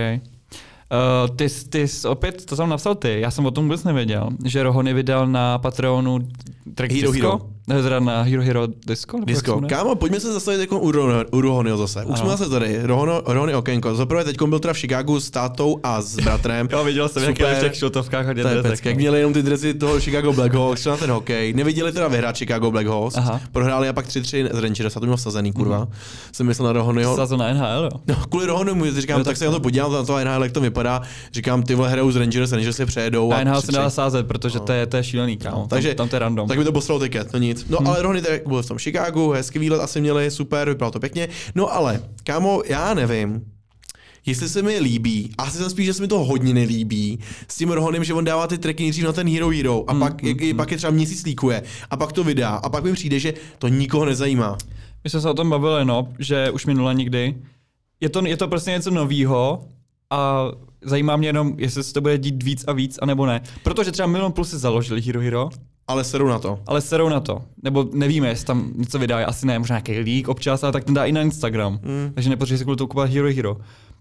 Uh, ty, ty jsi opět, to jsem napsal ty, já jsem o tom vůbec nevěděl, že Rohony vydal na Patreonu track Hero Disco, Hero. Ne, teda na Hero Hero Disco? Disco, kámo, pojďme se zastavit jako u, Rohony, u Rohonyho zase. Už jsme zase tady, Rohono, Rohony okénko. Zaprvé teď byl teda v Chicagu s tátou a s bratrem. Jo, viděl jsem, jak je v těch šotovkách hodně drezek. Jak měli jenom ty drezy toho Chicago Black Hawks, šli na ten hokej. Neviděli teda vyhrát Chicago Black Hawks. Aha. Prohráli a pak tři tři z Rangers, a to měl vsazený, kurva. Mm. Jsem myslel na Rohonyho. Vsazený na N H L, jo. No, kvůli Rohonymu, říkám, no, tak, tak se na to podívám, na to N H L, jak to vypadá. Říkám, ty vole hrajou z Rangers, Rangers se přejedou. A N H L se dá sázet, protože to je, to je šílený, kámo. Takže tam to je random. Tak mi to poslalo tiket, no nic. No, ale Rohony byl v tom Chicagu, hezký výlet asi měli, super, vypadalo to pěkně. No ale, kámo, já nevím, jestli se mi líbí, asi jsem spíš, že se mi to hodně nelíbí, s tím Rohonem, že on dává ty tracky nejdřív na ten Hero Hero a mm, pak, mm, je, mm. pak je třeba měsíc líkuje a pak to vydá a pak mi přijde, že to nikoho nezajímá. My jsme se o tom bavili, no, že už minule nikdy. Je to, je to prostě něco novýho a zajímá mě jenom, jestli se to bude dít víc a víc, anebo ne. Protože třeba Milion Plus si založili Hero Hero. Ale serou na to. Ale serou na to. Nebo nevíme, jestli tam něco vydá, asi ne, možná nějaký leak občas, ale tak ten dá i na Instagram. Mm. Takže nepotřebuje si kvůli toho kupovat Hero Hero.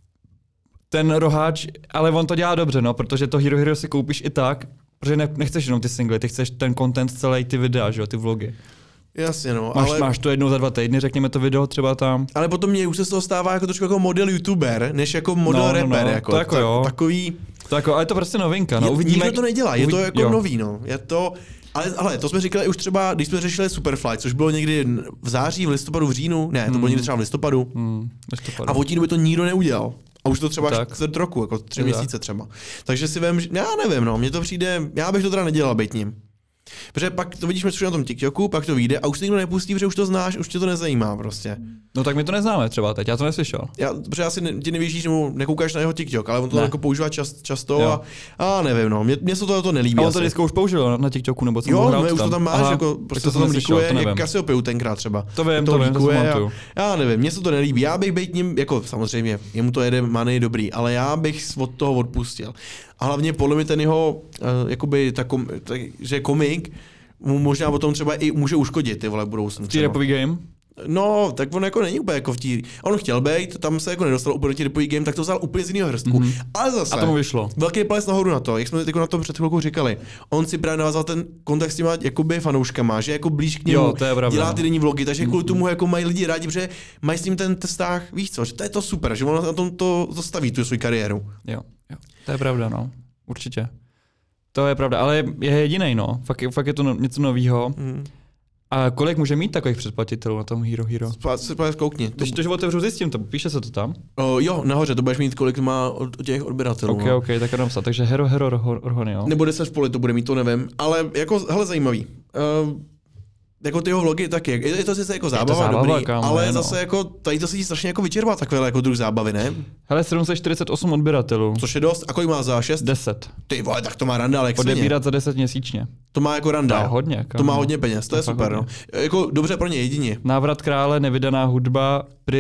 Ten roháč, ale on to dělá dobře, no, protože to Hero Hero si koupíš i tak, protože ne, nechceš jenom ty singly, ty chceš ten content celý, ty videa, že jo, ty vlogy. Jasně, no. Máš, ale... máš to jednou za dva týdny, řekněme to video třeba tam. Ale potom mě už se z toho stává jako trošku jako model youtuber, než jako model no, rapper. No, no. Jako, to jako tak, jo. Takový... To jako, ale je to prostě novinka, no. Je, Uvidíme. Nikdo to nedělá, je to jako jo. nový, no. Je to... Ale, ale to jsme říkali už třeba, když jsme řešili Superfly, což bylo někdy v září, v listopadu, v říjnu, ne, to mm. bylo někdy třeba v listopadu. Mm. listopadu. A od té doby to nikdo neudělal. A už to třeba čtvrt roku, jako tři je měsíce tak. třeba. Takže si vím, že já nevím, no, mně to přijde, já bych to teda nedělal být ním. Protože pak to vidíš na tom TikToku, pak to vyjde a už se nikdo nepustí, protože už to znáš, už tě to nezajímá prostě. No tak my to neznáme třeba teď, já to neslyšel. Já, protože asi ne, ti nevěříš, nebo nekoukáš na jeho TikTok, ale on to ne. jako používá čas, často a, a nevím, no, mě, mě se to, to nelíbí. A on to dneska už použil na, na TikToku, nebo co? Jo, no, už to tam máš, aha, jako prostě to tam líkuje, jak Cassiopeia tenkrát třeba. To vím, to, to vím, to a, já nevím, mně se to nelíbí, já bych být ním, jako samozřejmě, jemu to jede money dobrý, ale já bych od toho odpustil. A hlavně podle mě ten jeho, uh, jakoby, ta kom, tak, že komik, mu možná potom třeba i může uškodit ty vole budoucnu. V té rapový game? No, tak on jako není úplně jako v tí. On chtěl být, tam se jako nedostal úplně do rapový game, tak to vzal úplně z jiného hrstku. Mm-hmm. Ale zase. A tomu vyšlo. Velký palec nahoru na to, jak jsme teď na tom před chvilkou říkali. On si právě navázal ten kontakt s těma jakoby fanouškama, že jako blíž k němu, jo, to je pravda, dělá ty denní vlogy, takže kvůli tomu jako mají lidi rádi, protože mají s ním ten vztah, víš co, že to je to super, že on na tom to zastaví tu svou kariéru. Jo, jo, to je pravda, no, určitě. To je pravda, ale je jedinej, no. Fakt, fakt je to no, něco novýho. Mm. A kolik může mít takových předplatitelů na tom Hero Hero? Spát koukni. Když to otevřu, zjistím to, píše se to tam? O, jo, nahoře, to budeš mít, kolik má od těch odběratelů. Ok, no. ok, tak jenom psat. Takže Hero Hero Rohony, jo. Nebo deset v poli to bude mít, to nevím. Ale jako, hele, zajímavý. Uh, jako ty jeho vlogy taky, je, je to sice jako zábava, zábava dobrý, kámo, ale ne, no. Zase jako, tady to se jí strašně jako vyčerpá takové jako druh zábavy, ne? Hele, sedm set čtyřicet osm odběratelů. Což je dost, a kolik má za šest? deset. Ty vole, tak to má randál, jak odebírat za deset měsíčně. To má jako randál. To je hodně, kámo. To má hodně peněz, to, to je super, hodně. No. Jako dobře pro ně jedině. Návrat krále, nevydaná hudba,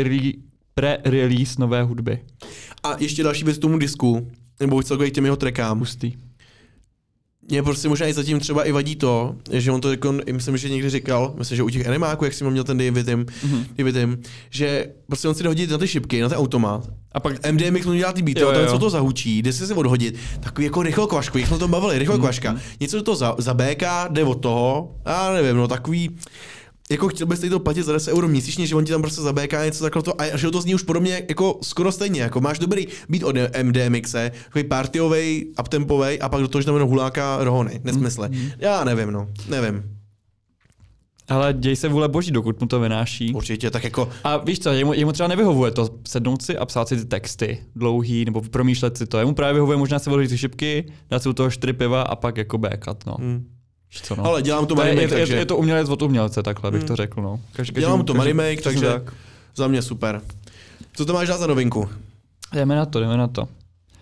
pre-release nové hudby. A ještě další věc k tomu disku, nebo celkově k těm jeho trackám. Hustý. Mě prostě možná i zatím třeba i vadí to, že on to jako, myslím, že někdy říkal, myslím, že u těch animáků, jak si měl ten David Tim, mm-hmm. David Tim, že prostě on si dohodí na ty šipky, na ten automat. A pak M D M X mu dělá ty beaty, jo, jo. Co to zahučí, jde si se odhodit, takový jako rychlo kvašku, jak jsme to bavili, rychlo kvaška. Mm-hmm. Něco do toho za, za B K, jde od toho, já nevím, no takový, jako chtěl byste to platit za deset euro měsíčně, že on ti tam prostě zabéká něco takhle to a že to zní už podobně jako skoro stejně, jako máš dobrý beat od M D M X, takový partyovej, uptempovej a pak do toho, že tam jenom huláka rohony, nesmysle. Mm. Já nevím, no, nevím. Ale děj se vůle boží, dokud mu to vynáší. Určitě, tak jako... A víš co, jemu, jemu třeba nevyhovuje to sednout si a psát si ty texty dlouhý, nebo promýšlet si to. Jemu právě vyhovuje možná se odložit ty šipky, dát si u toho čtyři piva a pak jako békat, no. Hmm. Co, no. Ale dělám to Money Make, je, takže... Je, je to umělec od umělce, takhle bych hmm. to řekl, no. Každý, dělám to Money Make, takže tak. Za mě super. Co to máš dát za novinku? Jdeme na to, jdeme na to.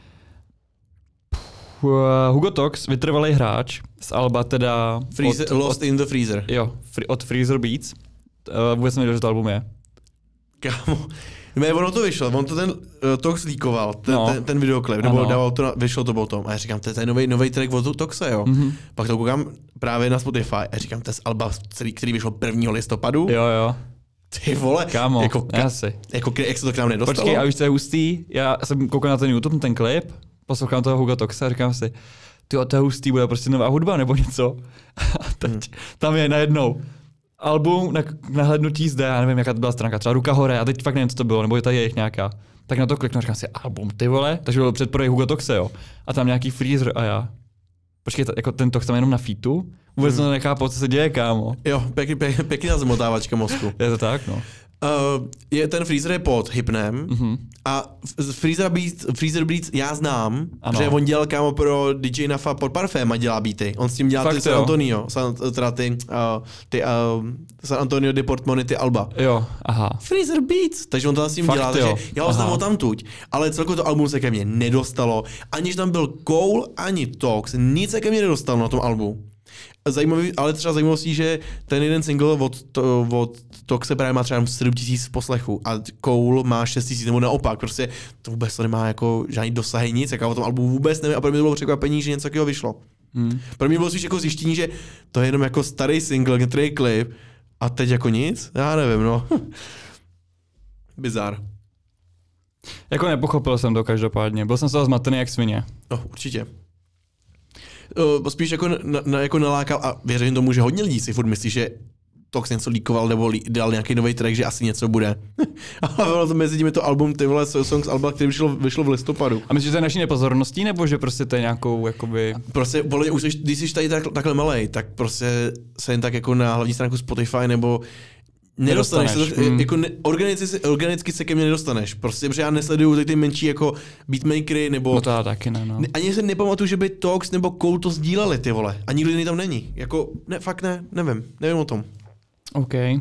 Hugo Tox, vytrvalý hráč z alba teda... Freezer, od, Lost od, in the Freezer. Jo, free, od Freezer Beats. Uh, vůbec nevěděl, že to album je. Kámo, ne, ono to vyšlo, on to ten uh, Tox líkoval, ten, no. ten, ten videoklip, nebo dával to, na, vyšlo to potom. A já říkám, to je ten nový, nový track od Toxe, jo. Mm-hmm. Pak to koukám právě na Spotify a říkám, to je z alba, který, který vyšlo prvního listopadu. Jo, jo. Ty vole, kámo, jako, asi. Jako, jak se to k nám nedostalo? Počkej, a víš, co je hustý? Já jsem koukal na ten YouTube, ten klip, poslouchám toho Hugo Toxa a říkám si, tyjo, to je hustý, bude prostě nová hudba nebo něco. A teď hmm. tam je najednou album na nahlédnutí zde, já nevím, jaká to byla stránka, třeba Ruka hore, a teď fakt nevím, co to bylo, nebo je tady jejich nějaká. Tak na to kliknu a říkám si, album, ty vole, takže bylo předprodej Hugo Toxe, jo. A tam nějaký Freezer a já. Počkej, jako ten Tox tam jenom na featu? Vůbec hmm. to nechápu, co se děje, kámo. Jo, pěkný, pěkný, pěkná zamotávačka mozku. Je to tak, no. Uh, je, ten Freezer je pod Hypnem mm-hmm. a Freezer Beats, Freezer Beats já znám, ano. Že on dělal kámo pro D J Nafa pod Parfém a dělá beaty. On s tím dělá Fakt, ty San Antonio, San, teda ty, uh, ty uh, San Antonio de Portmony, ty alba. Jo, aha. Freezer Beats, takže on to s tím Fakt, dělá, jo. takže já ho znám o tamtuť, ale celkově to album se ke mně nedostalo, aniž tam byl Cole, ani Tox, nic se ke mně nedostalo na tom albu. Zajímavý, ale třeba zajímavostí, že ten jeden single od, to, od Toxe právě má třeba sedm tisíc poslechů a Cole má šest tisíc nebo naopak, prostě to vůbec to nemá jako žádný dosahy nic, jako o tom albu vůbec nevím a pro mě to bylo překvapení, že něco takového vyšlo. Hmm. Pro mě bylo spíš jako zjištění, že to je jenom jako starý single, některý klip a teď jako nic, já nevím, no. Bizar. Jako nepochopil jsem to každopádně, byl jsem z toho zmatený jak svině. No, určitě. Uh, spíš jako, na, na, jako nalákal a věřím tomu, že hodně lidí si furt myslí, že Tox něco líkoval nebo lí, dal nějaký nový track, že asi něco bude. Ale bylo to mezi tím to album, ty vole songs alba, který vyšlo, vyšlo v listopadu. A myslíš, že to je naší nepozorností, nebo že prostě to je nějakou, jakoby... Prostě, vole, už když jsi tady tak, takhle malej, tak prostě se jen tak jako na hlavní stránku Spotify nebo nedostaneš, nedostaneš. Se to, mm. jako ne, organicky, organicky se ke mně nedostaneš, prostě, protože já nesleduju ty, ty menší jako beatmakery, nebo... No to já taky ne, no. Ani se nepamatuju, že by Tox nebo Cole to sdíleli, ty vole, a nikdo jiný tam není, jako, ne, fakt ne, nevím, nevím o tom. OK. Uh,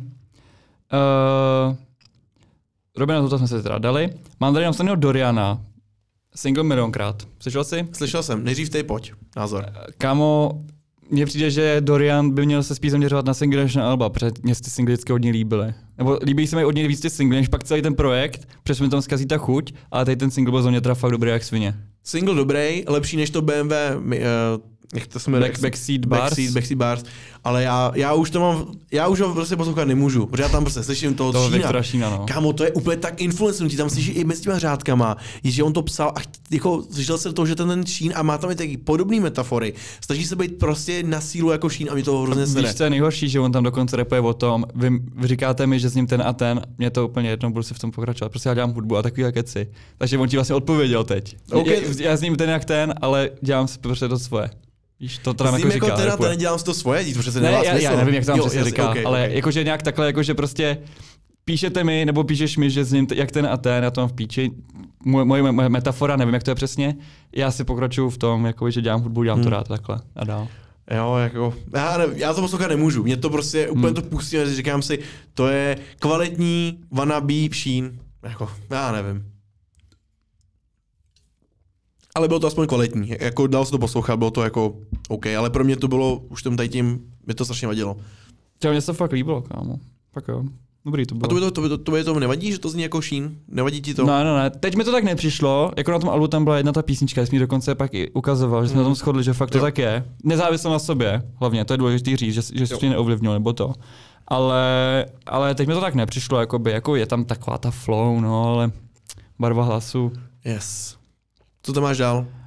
Robina, toto jsme se teda dali. Mám tady napsaného Doriana, single milionkrát, slyšel jsi? Slyšel jsem, nejdřív tej pojď, názor. Uh, kámo, mně přijde, že Dorian by měl se spíš zaměřovat na single než na alba, protože mě ty singly vždycky hodně líbily. Nebo líbí se mi hodně víc ty singly, než pak celý ten projekt, protože mi tam zkazí ta chuť, ale tady ten single byl za mě teda fakt dobrý jak svině. Single dobrý, lepší než to B M W, uh, jak to jsme Back, Backseat Bars. Backseat, Backseat Bars, ale já, já už to mám, já už ho prostě poslouchat nemůžu, protože já tam prostě slyším toho, toho Šína. Šína, no. Kámo, to je úplně tak influencnutí, tam slyšíš i mezi těma řádkama, že on to psal a jako slyšel se to, že ten, ten Šín a má tam i taky podobné metafory, snaží se být prostě na sílu jako Šín a mi to hrozně sere. Víš, co je nejhorší, že on tam dokonce rapuje o tom, vy, vy říkáte mi, že s ním ten a ten, mě to úplně jedno, budu si v tom pokračovat, prostě já dělám hudbu a takový keci. Takže on ti vlastně odpověděl teď. Okay. Já, já s ním ten jak ten, ale dělám si prostě to svoje. Víš, to teda jako říká. Jako teda to nedělám si to svoje, dít, protože se ne, nedá já, smysl. já nevím, jak to tam přesně říká, okay, ale okay. jakože nějak takhle, jakože prostě píšete mi, nebo píšeš mi, že s ním t- jak ten a ten, já to mám v píči, moje, moje, moje metafora, nevím, jak to je přesně, já si pokračuju v tom, jakoby, že dělám hudbu, dělám hmm. to rád takhle a dál. Jo, jako, já, ne, já to poslouchat nemůžu, mě to prostě úplně hmm. to pustí, že říkám si, to je kvalitní wannabe Šín, jako, já nevím. Ale bylo to aspoň kvalitní, jako dal se to poslouchat, bylo to jako OK, ale pro mě to bylo, už tím tady tím, mě to strašně vadilo. Těm mě se to fakt líbilo, kámo, fakt jo. Dobrý to bylo. A to by to, to, by to, to, by to nevadí, že to zní jako Šín? Nevadí ti to? Ne, ne, ne. Teď mi to tak nepřišlo. Jako na tom albu tam byla jedna ta písnička, jsi mi dokonce pak i ukazoval, že jsme mm. na tom shodli, že fakt to jo. tak je. Nezávisle na sobě, hlavně, to je důležité říct, že, že jsi mě neovlivnil, nebo to. Ale, ale teď mi to tak nepřišlo, jakoby, jako je tam taková ta flow, no, ale barva hlasu. Yes. Co tam máš dál?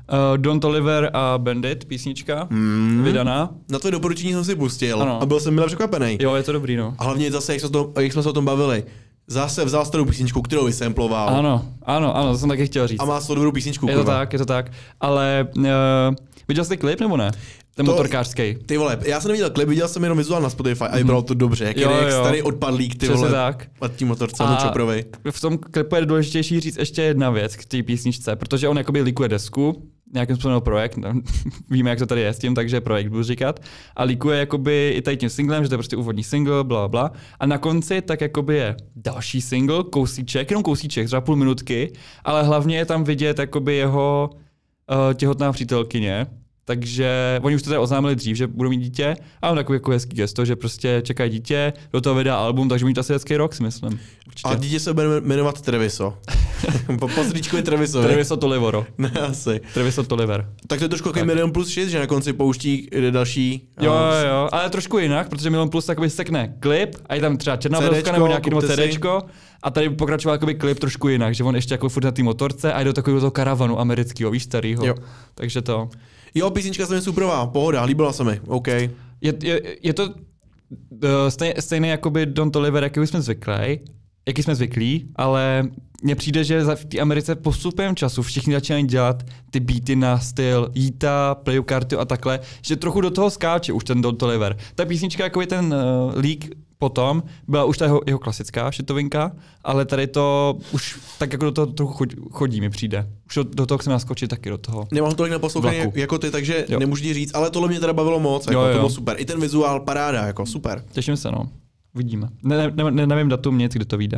Uh, Don Toliver a Bandit, písnička, mm. vydaná. Na to doporučení jsem si pustil ano. a byl jsem milé překvapený. Jo, je to dobrý, no. A hlavně zase, jak jsme, to, jak jsme se o tom bavili, zase vzal starou písničku, kterou vysamploval. Ano, ano, ano, to jsem taky chtěl říct. A má svou dobrou písničku, Je to tak, je to tak, ale uh, viděl jsi klip nebo ne? Ten to, motorkářský. Ty vole, já jsem neviděl klip, viděl jsem jenom vizuál na Spotify a vypadalo to dobře, jak, jo, jak jo. starý odpadlík, ty vole, tak. a tím motorce, a čoprovej. V tom klipu je důležitější říct ještě jedna věc k té písničce, protože on jakoby líkuje desku, nějakým způsobem projekt, no, víme, jak to tady je s tím, takže projekt budu říkat, a líkuje jakoby i tady tím singlem, že to je prostě úvodní single, bla, bla, a na konci tak jakoby je další single, kousíček, jenom kousíček, třeba půl minutky, ale hlavně je tam vidět jakoby jeho uh, těhotná přítelkyně. Takže oni už to tady oznámili dřív, že budou mít dítě, a on takový jako hezký gesto, že prostě čekají dítě, do toho vydá album, takže mít asi hezký rok, si myslím. Určitě. A dítě se bude jmenovat Treviso. Po pozříčku je Treviso. Treviso Tolivoro. Ne, asi. Treviso Toliver. Tak to je trošku takový Milion plus šest, že na konci pouští další. Jo, jo, jo, ale trošku jinak, protože Milion plus takový sekne klip, a je tam třeba černá obrazovka nebo nějaký nebo CDčko. A tady pokračoval jakoby klip trošku jinak, že on ještě jako furt na té motorce a jde do takového toho karavanu amerického, víš, starýho. Jo. Takže to. Jo, písnička se mi superová, pohoda, líbila se mi, OK. Je, je, je to uh, stejně, stejně jakoby Don Toliver, jaký jsme zvyklí, jaký jsme zvyklí, ale mně přijde, že v té Americe postupem času všichni začínají dělat ty beaty na styl Jita, Playu Karty a takhle, že trochu do toho skáče už ten Don Toliver. Ta písnička, jako je ten uh, leak potom, byla už ta jeho, jeho klasická šitovinka, ale tady to už tak jako do toho trochu chodí, mi přijde. Už do, do toho chceme naskočit taky do toho. Nemám tolik naposlouchaný jako ty, takže jo. nemůžu ti říct, ale tohle mě teda bavilo moc, jako, jo, jo. To bylo super. I ten vizuál paráda, jako super. Těším se, no. Vidíme. Ne, ne, ne, nevím datum nic, kdy to vyjde.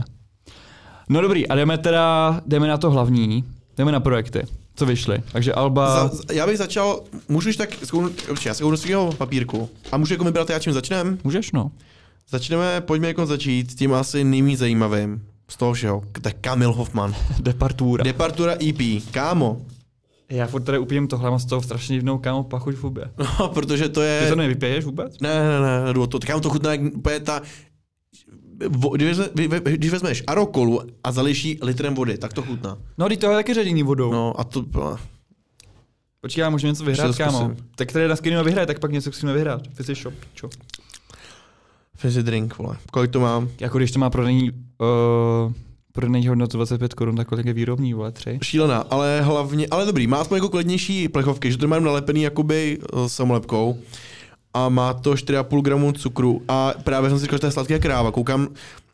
No dobrý, a jdeme teda, jdeme na to hlavní, jdeme na projekty, co vyšly. Takže Alba... Za, já bych začal, můžeš tak, já se kouknu svého papírku a můžu jako vybrat, já čím začneme? Můžeš, no. Začneme, pojďme jako začít s tím asi nejméně zajímavým z toho všeho. To je Kamil Hoffman. Departura. Departura E P. Kámo. Já furt tady upijím tohle, mám z toho strašně divnou kámo pachuť v hubě. No, protože to je... Ty to nevypiješ vůbec? Ne, ne, ne, ne, to, kámo to chutná jak úplně ta... Když, když vezmeš arokolu a zalejší litrem vody, tak to chutná. No, teď to je taky ředěný vodou. No a to... Počkej, já můžu něco vyhrát, kámo. Tak tady na skyníme vyhrát, tak pak něco musíme vyhrát. Fizzy shop, čo? Fizzy drink, vole. Kolik to mám? Jako když to má prodejní, uh, prodejní hodnotu dvacet pět korun, tak kolik je výrobní, vole, tři? Šílená, ale hlavně, ale dobrý, má aspoň jako klidnější plechovky, že to mám nalepený jakoby uh, samolepkou a má to čtyři a půl gramu cukru a právě jsem si říkal, že to je sladká kráva, koukám uh,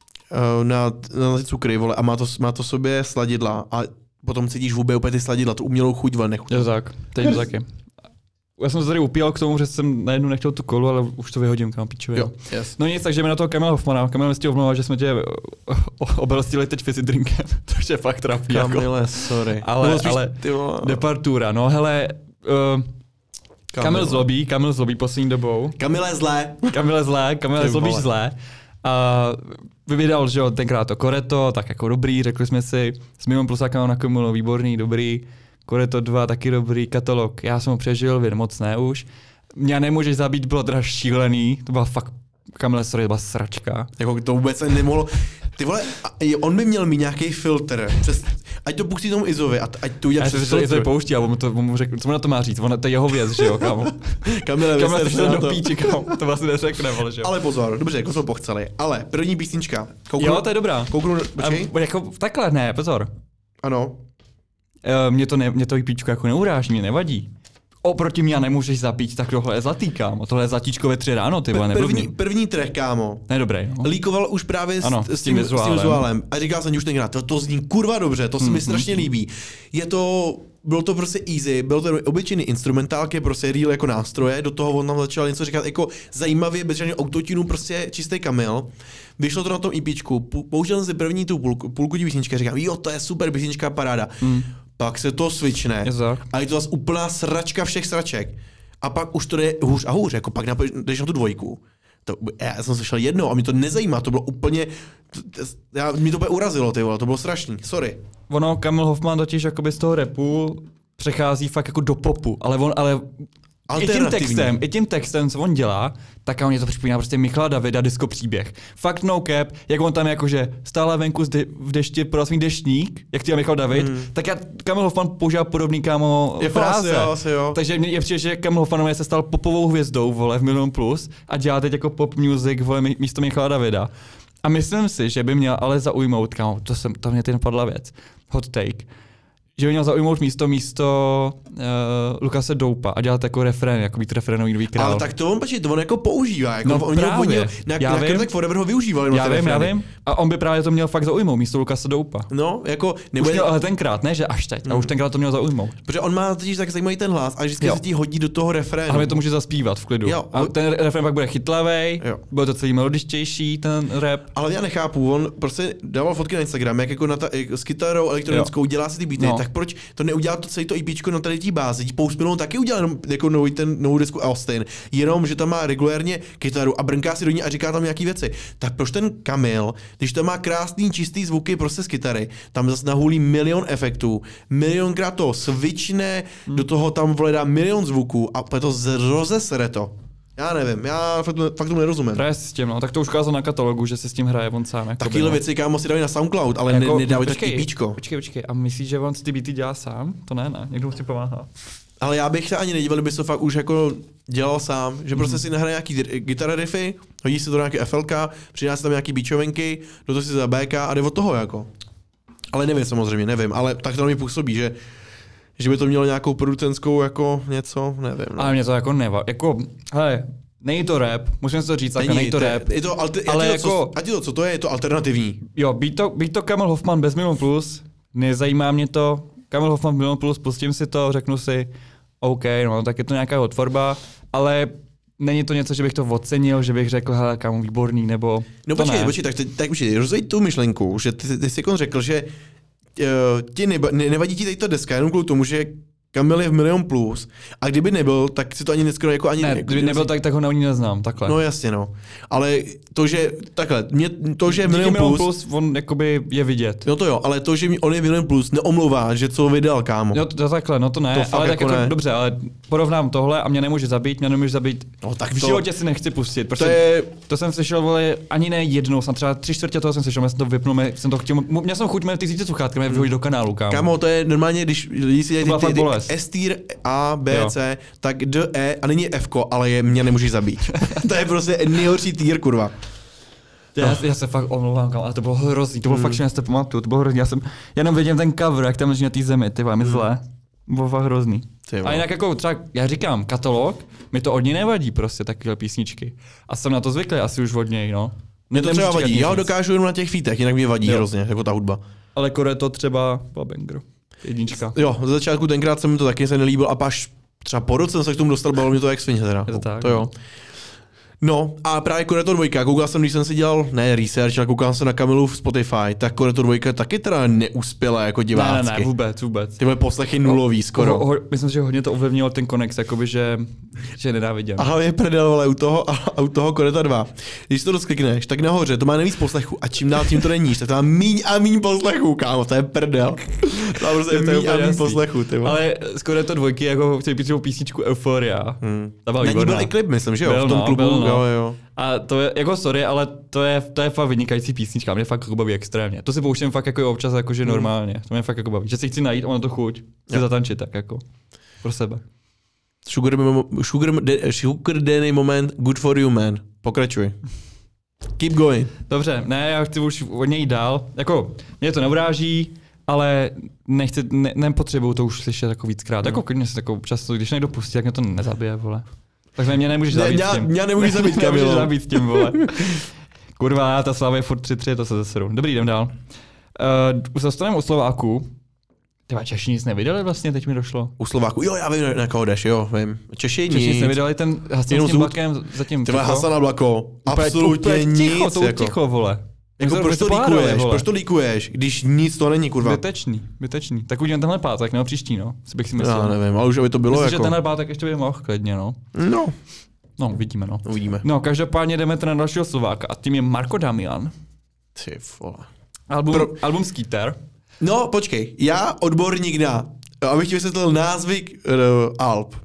na, na ty cukry, vole, a má to, má to sobě sladidla a potom cítíš v hubě úplně ty sladidla, tu umělou chuť, vole, nechutná. Je to tak, teď to taky. Já jsem to tady upíjel k tomu, že jsem najednou nechtěl tu kolu, ale už to vyhodím, kam píčově. Jo, yes. No nic, takže jdeme na toho Kamila Hoffmana. Kamil mi s tím omlouval, že jsme tě obelstili teď fizzy drinkem, což je fakt trapí. Kamile, jako. sorry. Ale, ale Departura, no hele, uh, Kamil zlobí, Kamil zlobí poslední dobou. Kamile zlé. Kamile zlé, Kamile zlobíš zlé. A vydal, že jo, tenkrát to Koreto, tak jako dobrý, řekli jsme si, s Milom Plusákem na Komulo, výborný, dobrý. Koreto dva, taky dobrý katalog. Já jsem ho přežil, vy moc ne už. Mě nemůžeš zabít, bylo teda šílený, to byla fakt, Kamile, sorry, to byla sračka. Jako to vůbec se nemohlo, ty vole, on by měl mít nějaký filtr, přes, ať to pustí tomu Izovi, ať to udělá přes filtr. Já se to pouští, ale on to, on mu řekl, co mu na to má říct, on, to je jeho věc, že jo, kámo. Kamile, Kamile se do píči, kámo, to vlastně neřekne, ale že jo. Ale pozor, dobře, jako jsme pochceli, ale první písnička. Kouknu, jo, to je dobrá. Kouknu, počkej. A, jako takhle, ne, pozor. Ano. Uh, mě to, ne, mě to píčko jako neuráží, mě nevadí. Oproti mě nemůžeš zapít, tak tohle je zlatý, kámo. Tohle je zlatíčko ve tři ráno, ty vole, první, první track, kámo. Ne, dobré, no. Líkoval už právě ano, s, s, tím, s tím vizuálem. A říkal jsem už tenkrát, to, to zní kurva dobře, to se mm, mi strašně mm, líbí. Je to, bylo to prostě easy, byl to obyčejný instrumentálky, prostě real jako nástroje, do toho on nám začal něco říkat jako zajímavě, bez žádného autotunu, prostě čistý Kamil. Vyšlo to na tom EPčku, použil jsem si první tu půlku, půlku tí písničky a říkal, jo, to je super písnička, paráda. Mm. Pak se to switchne a je to zase úplná sračka všech sraček. A pak už to jde hůř a hůř, jako pak jdeš na tu dvojku. To, já jsem slyšel jedno a mě to nezajímá, to bylo úplně, já, mě to úplně urazilo, ty vole, to bylo strašný, sorry. Ono, Kamil Hoffman totiž jakoby z toho rapu přechází fakt jako do popu, ale on, ale I tím textem, i tím textem, co on dělá, tak on je to připomíná prostě Michala Davida, disco příběh. Fakt no cap, jak on tam jakože stále venku de- v dešti pro svůj deštník, jak ty Michal David, hmm. tak já Kamil Hoffman používá podobný kámo je fráze. Asi, asi, jo. Takže je přijde, že Kamil Hoffman se stal popovou hvězdou, vole, v Milion Plus a dělá teď jako pop music, vole, místo Michala Davida. A myslím si, že by měl ale zaujmout, kámo, to, jsem, to mě ty napadla věc, hot take, že by měl zaujmout místo místo uh, Lukase Doupa a dělat jako refrén, jako být refrénový nový král. Ale tak to on, počkej, to on jako používá, jako no oni právě. Ho, na, já na Krtek Forever ho využívali. Já vím, já vím. A on by právě to měl fakt zaujmout místo Lukase Doupa. No, jako... Nebude... Už měl ale tenkrát, ne, že až teď, hmm. a už tenkrát to měl zaujmout. Protože on má totiž tak zajímavý ten hlas a vždycky jo. se ti hodí do toho refrénu. A my to může zaspívat v klidu. Jo. A ten refrén pak bude chytlavej, jo. Bude to celý melodičtější, ten rap. Ale já nechápu, on prostě dával fotky na Instagram, jak jako na ta, jak s kytarou elektronickou jo. dělá si ty beaty, no. tak proč to neudělal to celý to EPčko na tady té bázi? Post Malone taky udělal jako nový ten novou desku Austin, jenom že tam má regulérně kytaru a brnká si do ní a říká tam nějaký věci. Tak proč ten Kamil, když tam má krásný čistý zvuky prostě z kytary, tam zase nahulí milion efektů, milionkrát to switchne, hmm. do toho tam vledá milion zvuků a to rozesere to. Já nevím, já fakt, fakt tomu nerozumím. Právě s tím, no, tak to už ukázal na katalogu, že se s tím hraje on sám. Jako Takovýhle no. věci kámo si dávají na SoundCloud, ale jako, ne, nedávají tak EPčko. Počkej, počkej, a myslíš, že on si ty beaty dělá sám? To ne, ne, někdo mu si pomáhá. Ale já bych se ani nedíval, kdyby to fakt už jako dělal sám, že prostě mm. si nahraje nějaký guitar riffy, hodí si to do nějaké F L K, přidá si tam nějaký beachovenky, do toho si za B K a jde od toho jako. Ale nevím samozřejmě, nevím, ale tak to mi působí, že že by to mělo nějakou producentskou jako něco, nevím. No. Ale mě to jako neva, jako, hele, není to rap, musím si to říct, není, není to te, rap. Je to, alter, ale jako, co, ať to, co to je, je to alternativní. Jo, být to, být to Kamil Hoffman bez Milion Plus, nezajímá mě to, Kamil Hoffman Milion Plus, pustím si to, řeknu si, OK, no, tak je to nějaká tvorba, ale není to něco, že bych to ocenil, že bych řekl, hele, kámo, výborný, nebo no to počkej, ne. počkej, tak, tak počkej, rozveď tu myšlenku, že ty, ty jsi řekl, že uh, ti neba, ne, nevadí ti tady ta deska, jenom kvůli tomu, že Kamil je v Milion Plus a kdyby nebyl, tak si to ani neskoro jako ani... Ne, jako, kdyby nebyl, tak, tak ho na ní neznám, takhle. No jasně, no. Ale to, že... Takhle, mě, to, že Milion Milion Plus... Plus on jakoby je vidět. No to jo, ale to, že on je Milion Plus, neomlouvá, že co vydal, kámo. No to, to takhle, no to ne, to ale tak jako, jako dobře, ale porovnám tohle a mě nemůže zabít, mě nemůže zabít. No tak v to... životě si nechci pustit, protože to, je... to jsem slyšel, vole, ani ne jednou, jsem třeba tři čtvrtě toho jsem slyšel, já jsem to vypnul, jsem to chtěl, měl jsem chuť mít ty síce sluchátka, mě vyhodit do kanálu, kámo. Kámo, to je normálně, když lidi si dělají ty, ty, ty S tier A, B, jo. C, tak D, E a není F, ale je mě nemůžeš zabít. To je prostě nejhorší tier, kurva. Já, no. já se fakt omlouvám, kámo, ale to bylo hrozný, to bylo hmm. fakt, že já si to pamatuju, to bylo hrozný, já jsem jenom vidím ten cover, jak tam leží na té zemi, ty vám je hmm. zlé. Bylo fakt hrozný. A jinak jako třeba, já říkám, katalog, mi to od něj nevadí prostě takovéhle písničky. A jsem na to zvyklý asi už od něj, no. Mě to třeba vadí, já ho dokážu jenom na těch fítech, jinak mě vadí jo. hrozně, jako ta hudba. Ale Kore to třeba Babanger. Jednička. Jo, za začátku tenkrát se mi to taky se nelíbil a až třeba po roce jsem se k tomu dostal, bavilo mě to jak svině teda. Je to tak. To jo. No a právě Koreto dvojka, koukal jsem, když jsem si dělal, ne research, ale koukal jsem na Kamilu v Spotify, tak Koreto dvojka taky teda neuspěla jako divácky. Ne, ne, ne, vůbec, vůbec. Ty byly poslechy nulový skoro. Ho, ho, myslím, že hodně to ovlivnilo ten konex, jakoby, že, že nenáviděl. A hlavně prdel, ale u toho, a u toho Koreta dva. Když to rozklikneš, tak nahoře to má nejvíc poslechů a čím dál tím to neníš, tak to má míň a míň poslechů, kámo, to je prdel. To má prostě míň a míň poslechů, ty. Ale z Koreto dvojky, jako chtěli píšou písničku Euphoria. Hmm. Na ní byl i klip, myslím, že jo, byl, v tom no, klubu, byl, no. jo, jo. A to je, jako sorry, ale to je, to je fakt vynikající písnička, mě fakt jako baví extrémně. To si pouštím fakt jako občas jakože hmm. normálně, to mě fakt jako baví. Že si chci najít, ono to chuť, chci zatančit tak jako pro sebe. Sugar, sugar, sugar Danny moment, good for you man, pokračuj. Keep going. Dobře, ne, já chci už od něj dál, jako mě to neuráží, ale nechci, ne, nepotřebuju to už slyšet jako víckrát, hmm. jako klidně se jako často, když někdo pustí, jak mě to nezabije, vole. Takže mě nemůžeš zabít ne, s tím. Mě nemůžeš zabít, Kamilo. Nemůžeš zabít s tím, vole. Kurva, ta Sláva je furt tři tři, to se zeseru. Dobrý, jdem dál. Uh, zastaneme u Slováků. Tyva, Češi nic neviděli vlastně, teď mi došlo. U Slováků, jo, já vím, na koho jdeš, jo, vím. Češi nic. Češi nic neviděli, ten Hasan s tím Blakem zatím ticho. Tyva, Hasan a Blako, absolutně nic. Ticho, to jako. Ticho, vole. Jako proč to líkuješ, proč to líkuješ, když nic to není, kurva. Zbytečný, zbytečný. Tak udělám tenhle pátek, nebo příští, no. Si bych si myslel. Já nevím, ale už aby to bylo Myslím, jako. že tenhle pátek ještě by mohl klidně, no. No. No, uvidíme, no. Uvidíme. No, každopádně jdeme na dalšího Slováka a tím je Marko Damian. Ty vole. Album, Pro... album Skeeter. No, počkej, já odborník na, abych ti vysvětlil názvy uh, alb.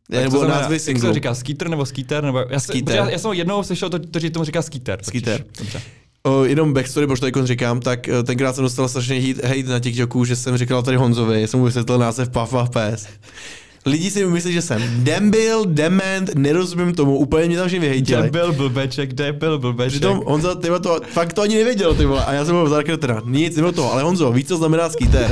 Nebo názvy singlu. Jak se říká, Skeeter nebo Skeeter? Nebo já, se, já, já jsem jednou slyšel to, to, že tomu říká Skeeter. Skeeter. O, jenom backstory, protože to říkám, tak tenkrát jsem dostal strašně hate na TikToku, že jsem říkal tady Honzovi, jsem mu vysvětlil název Puff Puff Pass. Lidi si myslí, že jsem dembil, dement, nerozumím tomu, úplně mě tam všichni vyhejtili. Debil, blbeček, debil, blbeček. Přitom Honzo, ty to, fakt to ani nevěděl, ty vole, a já jsem byl vzal teda, nic, nebylo toho, ale Honzo, víš, co znamená Skeeter?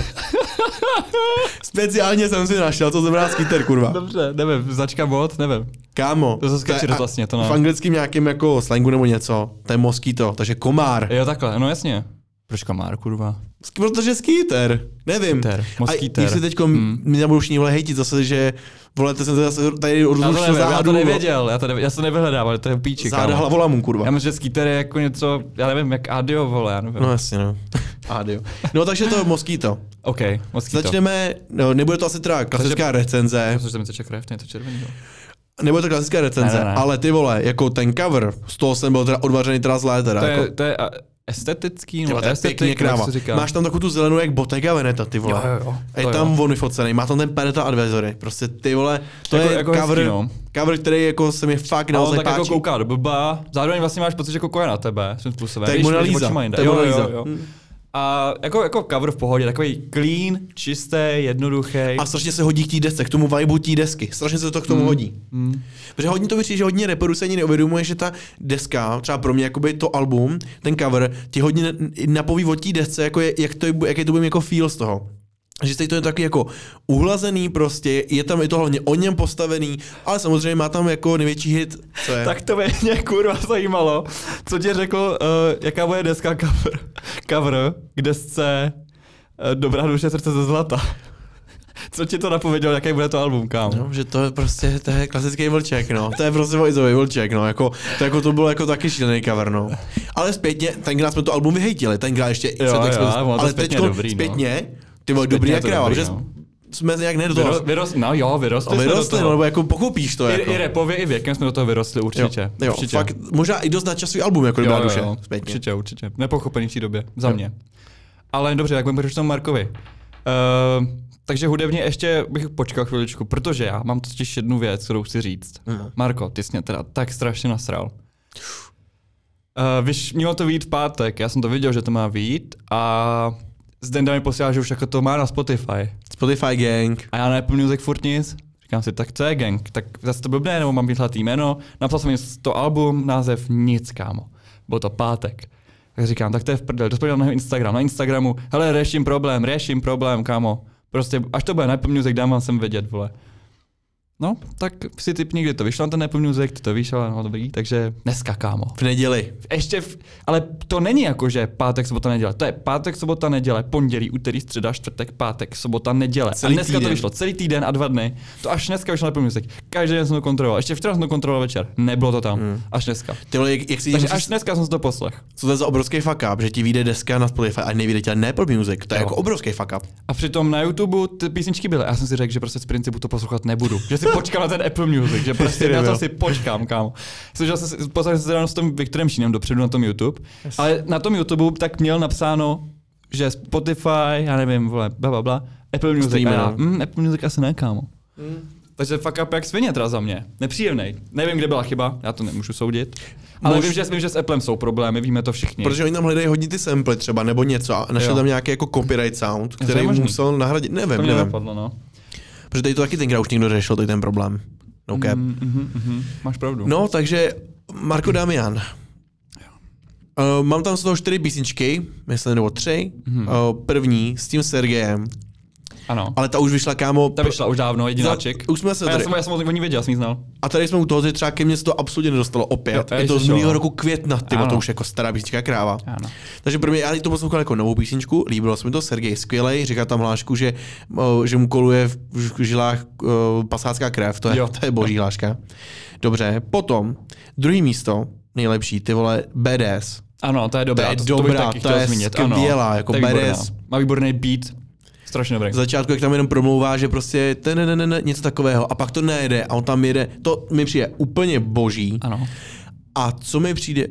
Speciálně jsem si našel, co znamená Skeeter, kurva. Dobře, nevím, značka bod, nevím. Kámo, to je vlastně, to no. V anglickém nějakém jako slangu nebo něco, to je mosquito, takže komár. Jo, takhle, no jasně. Proč komár, kurva? Protože Skeeter, nevím. Skeeter, mosquiter. A jestli teďko hmm. mě nebudou všichni vole hejtit zase, že vole, to jsem to zase tady odlučil záhadu. Já to nevěděl, já to, nevěděl, já to nevyhledával, to je píčik. Záda hlavolamů, kurva. Já myslím, že Skeeter je jako něco, já nevím, jak Adio, vole, já nevím. No jasně, no. Adio. No takže to je mosquito. OK, mosquito. Začneme, no, nebude to asi teda klasická recenze. Což to mi teče krev, něco červeného. Nebude to klasická recenze, ne, ne, ne. Ale ty vole, jako ten cover, z toho jsem byl teda odvařený teda zlé teda. To je, jako... to je estetický, no estetik, jak se říká. Máš tam takovou tu zelenou jak Bottega Veneta, ty vole. Jo, jo, jo. A je tam on vyfocený, má tam ten Parental Advisory, prostě ty vole, to jako, je jako cover, hezký, no. Cover, který jako se mi fakt naozaj páčí. Tak jako kouká do blba, zároveň vlastně máš pocit, že koukuje na tebe, svým způsobem. To je Mona Lisa, to je Mona Lisa. A jako, jako cover v pohodě, takový clean, čistý, jednoduchý. A strašně se hodí k té desce, k tomu vibe té desky. Strašně se to k tomu mm. hodí. Mm. Protože hodně to vyřší, že hodně reperů se ani neuvědomuje, že ta deska, třeba pro mě jakoby to album, ten cover, ti hodně napoví o té desce, jako je, jak to, jaký to bude jako feel z toho. Že to je taky jako uhlazený prostě, je tam i to hlavně o něm postavený, ale samozřejmě má tam jako největší hit, co je. Tak to by mě kurva zajímalo, co ti řekl, uh, jaká bude deska cover, cover k desce uh, Dobrá duše srdce ze zlata. Co ti to napověděl, jaký bude to album, kámo? No, že to je prostě, to je klasický vlček, no. To je prostě vojzový vlček, no. Jako, to, jako to bylo jako taky šílený cover, no. Ale zpětně, tenkrát jsme to album vyhejtili, tenkrát ještě, jo, jo, jsme, ale teď dobrý, zpětně, no. Ty vole, dobrý jak kráva, protože no. jsme nějak ne do toho. Vyrost, no jo, vyrostli, vyrostli jsme do toho. No, nebo jako pochopíš to. I, jako. I repově, i věkem jsme do toho vyrostli, určitě. Jo, jo určitě. Fakt, možná i dost na časový album, jako Dobrá duše. Jo, zpětně. Určitě, určitě. Nepochopený v té době, za mě. Ale dobře, tak budeme tomu Markovi. Uh, takže hudebně ještě bych počkal chviličku, protože já mám totiž jednu věc, kterou chci říct. Uh-huh. Marko, ty jsi mě teda tak strašně nasral. Uh, víš, mělo to vyjít v pátek, já jsem to viděl, že to má vyjít a Zdenda mi posílal, že už jako to má na Spotify. Spotify gang. A já na Apple Music furt nic. Říkám si, tak co je gang? Tak zase to blbne, nebo mám vyhlat jméno. Napsal jsem jim to album, název nic, kámo. Bylo to pátek. Tak říkám, tak to je v prdel, to spojil na Instagram. Na Instagramu, hele, řeším problém, řeším problém, kámo. Prostě, až to bude na Apple Music, dám vám sem vědět, vole. No, tak si typni, kdy to vyšlo na ten Apple Music, ty to víš, ale no dobrý, takže dneska, kámo. V neděli. Ještě, v, ale to není jako, že pátek, sobota, neděle. To je pátek, sobota, neděle, pondělí, úterý, středa, čtvrtek, pátek, sobota, neděle. Celý a dneska týden. To vyšlo, celý týden a dva dny. To až dneska vyšlo na Apple Music. Každý den jsem to kontroloval. Ještě včera jsem to kontroloval večer. Nebylo to tam. Hmm. Až dneska. Tyhle, jak, jak si takže musíš... až dneska jsem si to poslech. Co to je za obrovský fuck up, že ti vyjde deska na Spotify a nevyjde ti na Apple Music. To je jo. Jako obrovský fuck up. A přitom na YouTube ty písničky byly. Já jsem si řekl, že prostě z principu to poslouchat nebudu. Že si počkám na ten Apple Music, že prostě na to si počkám, kámo. Slyšel jsem, poslal jsem se ráno s tom Viktorem Šínem dopředu na tom YouTube, yes. Ale na tom YouTube tak měl napsáno, že Spotify, já nevím, vole, blablabla, Apple Music. Streamy, a já, no. mm, Apple Music asi ne, kámo. Mm. Takže fuck up jak svině teda za mě. Nepříjemnej. Nevím, kde byla chyba, já to nemůžu soudit. Ale Mož... vím, že, vím, že s Applem jsou problémy, víme to všichni. Protože oni tam hledají hodně ty samply třeba, nebo něco a našli tam nějaký jako copyright sound, který musel nahradit, nevím, to nevím. Napadlo, no. Protože tady to taky tenkrát už někdo řešil, tady ten problém. No cap. Mm, mm, mm, máš pravdu. No, takže Marko Damian. Uh, mám tam z toho čtyři písničky, myslím, nebo tři. Mm. Uh, první s tím Sergejem. Ano. Ale ta už vyšla, kámo. Ta vyšla už dávno, jedináček. Už jsme se tady... tady... Já jsem, já jsem o ní věděl, jsem ji znal. A tady jsme u toho, že třeba ke mně se to absolutně nedostalo opět. Jo, je to z minulého roku května, tyvo, to už jako stará písnička kráva. Ano. Takže pro mě, já to poslouchal jako novou písničku, líbilo se mi to, Sergej skvělej, říká tam hlášku, že, že mu koluje v žilách uh, pasácká krev, to je, to je boží hláška. Dobře, potom, druhý místo, nejlepší, ty vole, B D S. Ano, to je dobrá, to je to, dobrá, to, to je skvělá, jako B D S. Má výborný beat. Strašně dobrý. V začátku, jak tam jenom promlouvá, že prostě ten, ne, ne, ne, něco takového a pak to nejde a on tam jede, to mi přijde úplně boží. Ano. A co mi přijde,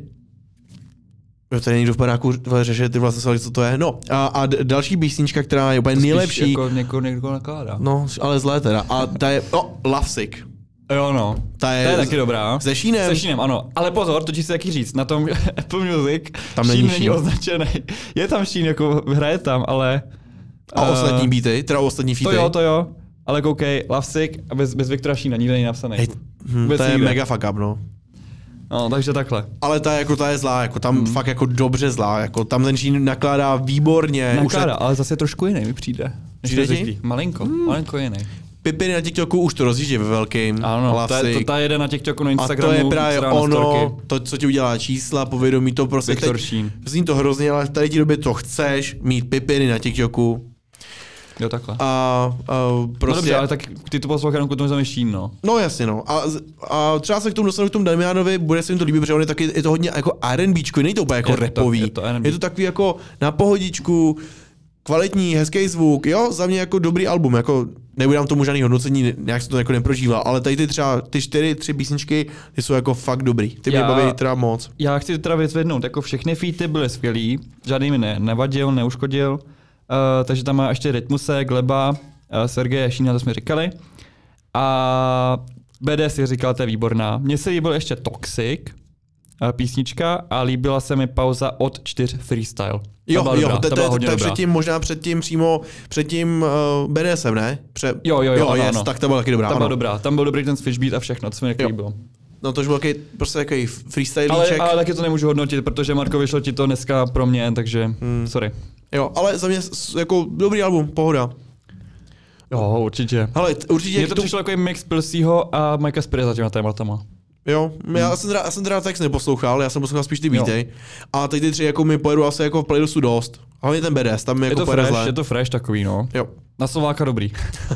jo, tady někdo v baráku řeší, ty vlastně sali, co to je. No a, a další písnička, která je úplně to nejlepší. Jako někoho, někoho nakládá. No, ale zlé teda. A ta je, oh, Lovesick. Jo, no. Ta je, Ta je taky dobrá. Se Sheinem. Se Sheinem, ano. Ale pozor, to ti se taky říct, na tom Apple Music tam Shein není není Shein. označený. Je tam Shein, jako hraje tam, ale... A uh, ostatní beaty, teda ostatní featy. To jo, to jo. Ale koukej, Lovesick a bez, bez Viktora Sheina nikde není napsaný. Hej, hm, to je nikde. mega fuck up, no. No, takže takhle. Ale ta, jako, ta je zlá, jako tam hmm. fakt jako dobře zlá, jako tam ten Shein nakládá výborně. Nakládá, už ale zase trošku jiný mi přijde. Přijde ti? Malinko, hmm. malinko jiný. Pipiny na TikToku už to rozjíždí ve velkým. Ano, to, to ta jede na TikToku, na Instagramu. A to je právě ono, storky. to, co ti udělá čísla, povědomí, to prostě Viktor teď, Shein. zní to hrozně, ale v tady ti době to chceš, mít pipiny na TikToku. Jo, takhle. A, a prostě... No dobře, ale tak ty to posloucháš jenom k tomu Shein, no. No jasně, no. A, a třeba se k tomu dostanu k tomu Damianovi, bude se jim to líbit, protože on je taky, je to hodně jako RandBčko, není to úplně jako je rapový. To, je, to je to takový jako na pohodičku, kvalitní, hezký zvuk, jo, za mě jako dobrý album, jako nebudám tomu žádný hodnocení, nějak se to jako neprožívá, ale tady ty třeba, ty čtyři, tři písničky, ty jsou jako fakt dobrý, ty mě Já- baví teda moc. Já chci teda vyzvednout, jako všechny featy byly skvělý, žádný mi ne, nevadil, neuškodil, uh, takže tam má ještě Rytmuse, Gleba, uh, Sergeje Sheina, to jsme říkali. A bé dé si říkal, to je výborná. Mně se líbil ještě Toxic, uh, písnička, a líbila se mi pauza od čtyř freestyle. Ta Jo, byla jo, dobrá, to ta byla je hodně dobrá. předtím, možná předtím přímo, předtím uh, bé dé es em, ne? Pře- Jo, jo, jo, ano, yes, ano. tak to byla taky dobrá, Ta byla ano. dobrá, tam byl dobrý ten switch beat a všechno, co se mi Jo. líbilo. No to už byl takový, prostě takový Ale, freestylíček. ale taky to nemůžu hodnotit, protože Marko, vyšlo ti to dneska pro mě, takže Hmm. sorry. Jo, ale za mě s- jako dobrý album, pohoda. Jo, určitě. Hele, t- určitě... Mně to tu- přišlo jako mix Pilsího a Mikea Spirita těma tématama. Jo, já, Hmm. jsem teda, já jsem teda text neposlouchal, já jsem poslouchal spíš ty beaty. A teď ty tři jako mi pojedu asi jako v playlistu dost. Hlavně ten bé dé es, tam mi Je jako to pojede fresh, zle. je to fresh takový, no. Jo, Na Slováka dobrý.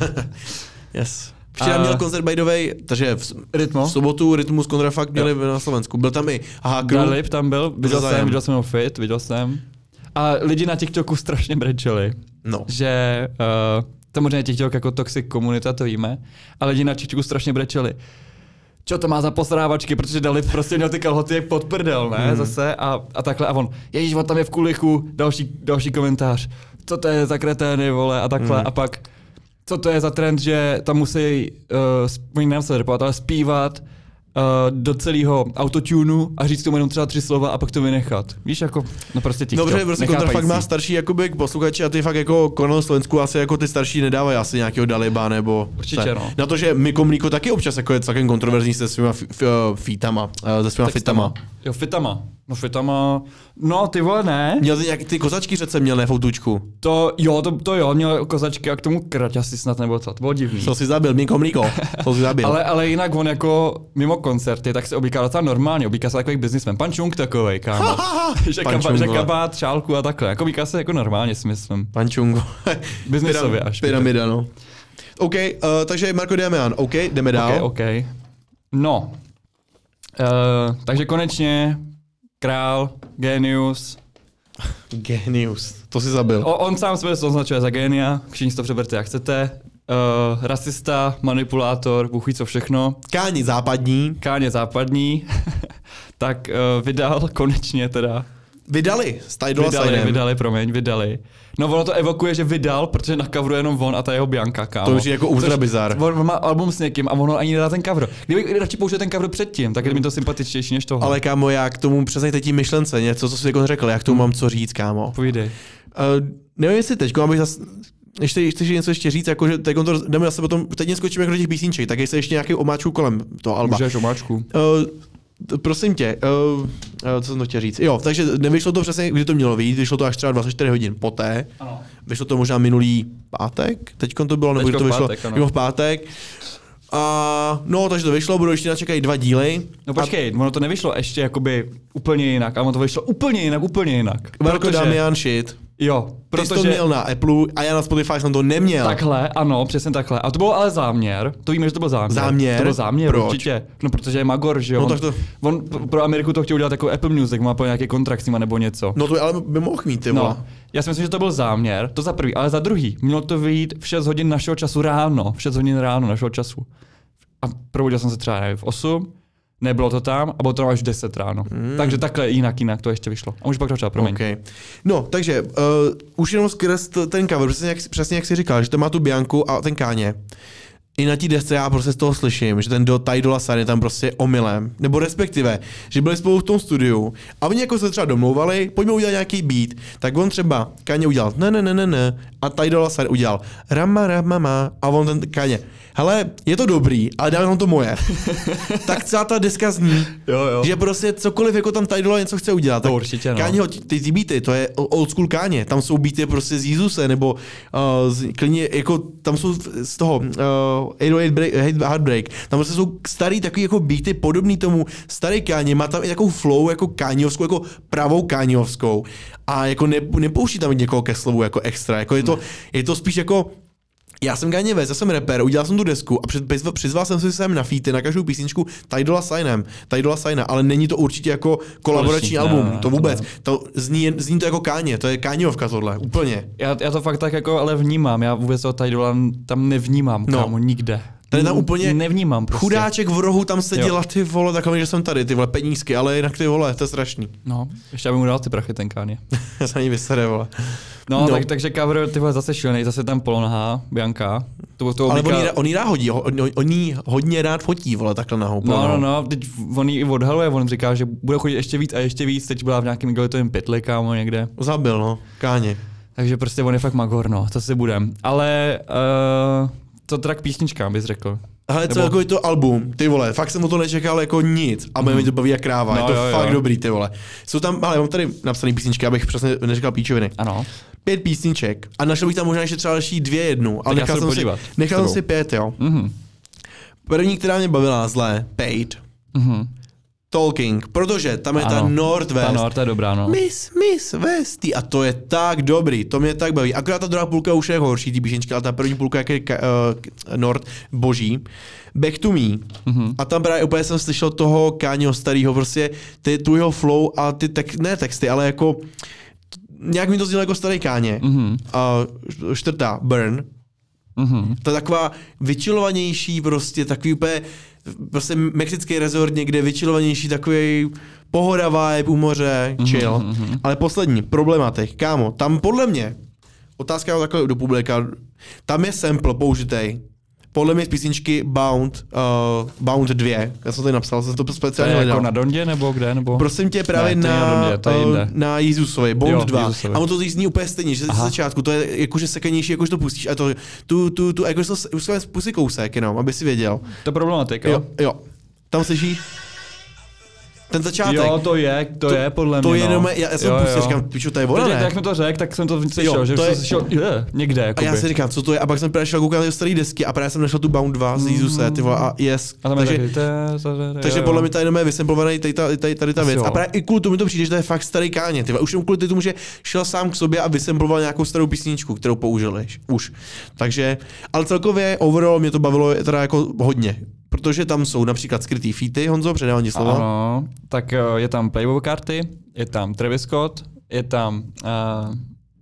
yes. Včera A- měl koncert by the way, takže v, Rytmo? v sobotu Rytmus Kontrafakt měli na Slovensku. Byl tam i Aha Crew. Dalip tam byl, viděl Zájem. jsem, viděl jsem ho fit, viděl jsem. A lidi na TikToku strašně brečeli, No. že uh, samozřejmě TikTok jako toxic komunita, to víme, a lidi na TikToku strašně brečeli. Čo to má za posrávačky, protože Dalip prostě měl ty kalhoty jak pod prdel, ne, Hmm. zase, a, a takhle, a on, ježíš, on tam je v kulichu, další, další komentář, co to je za kretény, vole, a takhle, Hmm. a pak, co to je za trend, že tam musí, uh, oni nemusí repovat, ale zpívat uh, do celého autotunu a říct tomu jenom třeba tři slova a pak to vynechat. Víš, jako, no prostě TikTok. Dobře, prostě Kontrafakt nechápající. má starší jakoby posluchači a ty fakt jako konal Slovensku asi jako ty starší nedávají asi nějakého Daliba nebo... Určitě, se. no. Na to, že Miko Mlíko taky občas jako je celkem kontroverzní se svýma f- f- fítama, eh, se svýma fitama. Jo, fitama. No fitama, no ty vole ne. Měl ty nějak ty kozačky řece měl, ne foutučku. To jo, to, to jo, měl kozačky a k tomu kraťasy snad nebo co, to bylo divný. Co si zabil, Miko Mlíko, co si zabil. Ale, ale jinak on jako mimo koncerty, tak se oblíká docela normálně, oblíká se takový businessman, pančung takovej, kámo. že, kaba, Pančung, že vole. kabát, šálku a takhle, jako oblíká se jako normálně si myslím. Pančungo. Biznisově až. Pyramida, no. OK, uh, takže Marko Damian, OK, jdeme dál. OK, OK. No, uh, takže konečně král, genius. Genius, to si zabil. O, on sám sebe označuje za génia, všichni si to přeberte jak chcete. Uh, rasista, manipulátor, bůh ví co všechno. Káni západní. Káně západní. tak uh, vydal konečně teda. Vydali s Tidal Vydali, Signem. vydali, promiň, vydali. No ono to evokuje, že vydal, protože na coveru jenom on a ta jeho Bianka, kámo. To už je jako ultra bizar. On, on má album s někým a ono ani nedá ten cover. Kdyby radši použil ten cover předtím, tak je mi to sympatičtější než toho. Ale kámo, já k tomu přesně teď myšlence, něco, co jsi jako řekl, já k tomu mám co říct, kámo. Povídej. Uh, nevím, jestli teď, abych zase ještě chceš něco ještě říct, jakože teď to jdeme zase potom, teď skočíme jako do těch písniček, tak jestli ještě nějaký omáčku kolem toho alba. Můžeš omáčku. Uh, t- prosím tě, uh, uh, co jsem to chtěl říct? Jo, takže nevyšlo to přesně, kdy to mělo vyjít, vyšlo to až třeba dvacet čtyři hodin poté. Ano. Vyšlo to možná minulý pátek, teďkon to bylo, nebo Teďko kdy to v vyšlo pátek, ano. jako v pátek. A no, takže to vyšlo, budou ještě načekají dva díly. No počkej, ono to nevyšlo ještě jakoby úplně jinak, ale ono to vyšlo úplně jinak, úplně jinak. Marko Protože- Damian shit. Jo, Ty jsi to protože měl na Apple a já na Spotify jsem to neměl. takhle, ano, přesně takhle. A to bylo ale záměr, to víme, že to byl záměr. Záměr? To byl záměr, Proč? určitě. No protože je Magor, že jo. No, on, tak to- on pro Ameriku to chtěl udělat jako Apple Music, má po nějaký kontrakt s nima nebo něco. No to ale by mohl mít, ty vole. No, já si myslím, že to byl záměr, to za prvý, ale za druhý, mělo to vyjít v šest hodin našeho času ráno, v šest hodin ráno našeho času. A probudil jsem se třeba nevím, v osm, nebylo to tam a bylo to až v deset ráno. Mm. Takže takhle jinak, jinak to ještě vyšlo. A můžu pokračovat, promiň. Okay. No, takže uh, už jenom skrz t- ten cover, přesně jak, přesně jak jsi říkal, že to má tu Bianku a ten Káně. i na té desce já prostě z toho slyším, že ten do Ty Dolla Sign je tam prostě omylem, nebo respektive, že byli spolu v tom studiu a oni jako se třeba domlouvali, pojďme udělat nějaký beat, tak on třeba Kanye udělal ne, ne, ne, ne, ne a Ty Dolla Sign udělal rama, rama, ma a on ten Kanye, hele, je to dobrý, ale dáme to moje. Tak celá ta deska zní, jo, jo. že prostě cokoliv jako tam Ty Dolla něco chce udělat. To určitě, no. Kanyeho, ty, ty beaty, to je old school Kanye, tam jsou beaty prostě z Jezuse, nebo uh, z, klidně, jako tam jsou z toho uh, osm osm break, Heartbreak, tam prostě jsou starý takový jako beaty podobný tomu, starý Kanye, má tam i takovou flow jako Kanyeovskou, jako pravou Kanyeovskou a jako ne, nepouští tam někoho ke slovu jako extra, jako je to, je to spíš jako já jsem Kanye West, já jsem rapper, udělal jsem tu desku a před, přizval jsem si sem na featy na každou písničku Ty Dolla Signem, Ty Dolla Signa, ale není to určitě jako kolaborační album, ne, to vůbec. To zní, zní to jako Kanye, to je Kanyeovka tohle, úplně. Já, já to fakt tak jako ale vnímám, já vůbec toho Ty Dolla tam nevnímám, no. kámo, nikde. Tady tam úplně nevnímám prostě. Chudáček v rohu tam seděla, ty vole, takhle, že jsem tady, ty vole, penízky, ale jinak ty vole, to je strašný. No, ještě aby mu dal ty prachy ten Kanye. Já se ani vysere, vole. No, no. Tak, takže cover, ty vole, zase šílený, zase tam polonahá, Bianca. To, to ale oblíka... on jí, on jí rád hodí, on, on jí hodně rád fotí, vole, takhle nahou. No, no, no, teď on jí i odhaluje, on říká, že bude chodit ještě víc a ještě víc, teď byla v nějakém igelitovém pytli, kámo, někde. Zabil, no, Kanye. Takže prostě on je fakt magor, no, to si budem. Ale uh, to track písnička, bys řekl. Hele, co jako je to album, ty vole, fakt jsem o to nečekal jako nic a mm. mi to baví jak kráva, no, je to jo, fakt jo. dobrý, ty vole. Jsou tam, ale mám tady napsaný písničky, abych přesně neříkal píčoviny. Ano. Pět písniček a našel bych tam možná ještě třeba další dvě jednu, ale nechal jsem, si, nechal jsem si pět, jo. Mm-hmm. První, která mě bavila zlé, Paid. Mm-hmm. Talking, protože tam je ano, ta Northwest. Ta North je dobrá, no. Miss, Miss Westy a to je tak dobrý, to mě tak baví. Akorát ta druhá půlka už je horší, ty písničky, ale ta první půlka jak je uh, North boží. Back to Me. Mm-hmm. A tam právě úplně jsem slyšel toho Kanyeho starýho, prostě ty, tu jeho flow a ty, tek, ne texty, ale jako nějak mi to znělo jako starý Kanye. Mm-hmm. A čtvrtá, Burn. Mm-hmm. To je taková vyčilovanější, prostě takový úplně prostě mexický resort někde, vyčilovanější, takový pohoda vibe u moře, chill. Mm-hmm. Ale poslední, Problematic, kámo, tam podle mě, otázka takhle do publika, tam je sample použitej. Podle mě z písničky Bound, uh, Bound dva, já jsem tady napsal, jsem to speciálně hledal. Jako na Dondě nebo kde? Nebo? Prosím tě, právě ne, na, na, Dondě, uh, na Jezusovi, Bound jo, dva. Jezusovi. A on to zní úplně stejně, že ze začátku, to je jakože sekanější, jakož to pustíš, a to tu, tu, tu, jakož to už pusy kousek, jenom, aby si věděl. To je problematika. Jo, jo. Tam slyšíš? Ten začátek. Jo, to je, to, to je podle mě. To je no. jenom, já, já jsem pustil, říkám, piču, to je ona, ne? Jak mi to řekl, tak jsem to slyšel, že jsem slyšel je, někde. Jakoby. A já si říkám, co to je, a pak jsem právě šel koukat na staré desky a právě jsem našel tu Bound dva z Jezuse, ty vole, a yes. A takže, taky, takže podle mě tady jenom je vysemplovaný tady, tady, tady, tady ta věc. A právě i kvůli tomu to přijde, že to je fakt starý Kanye, ty vole, už jenom kvůli tomu, že šel sám k sobě a vysemploval nějakou starou písničku, kterou použil už. Takže, ale celkově overall mě to bavilo teda jako hodně. Protože tam jsou například skrytý featy, Honzo, předávám ti slovo. Ano, tak je tam Playboy Carti, je tam Travis Scott, je tam... Uh,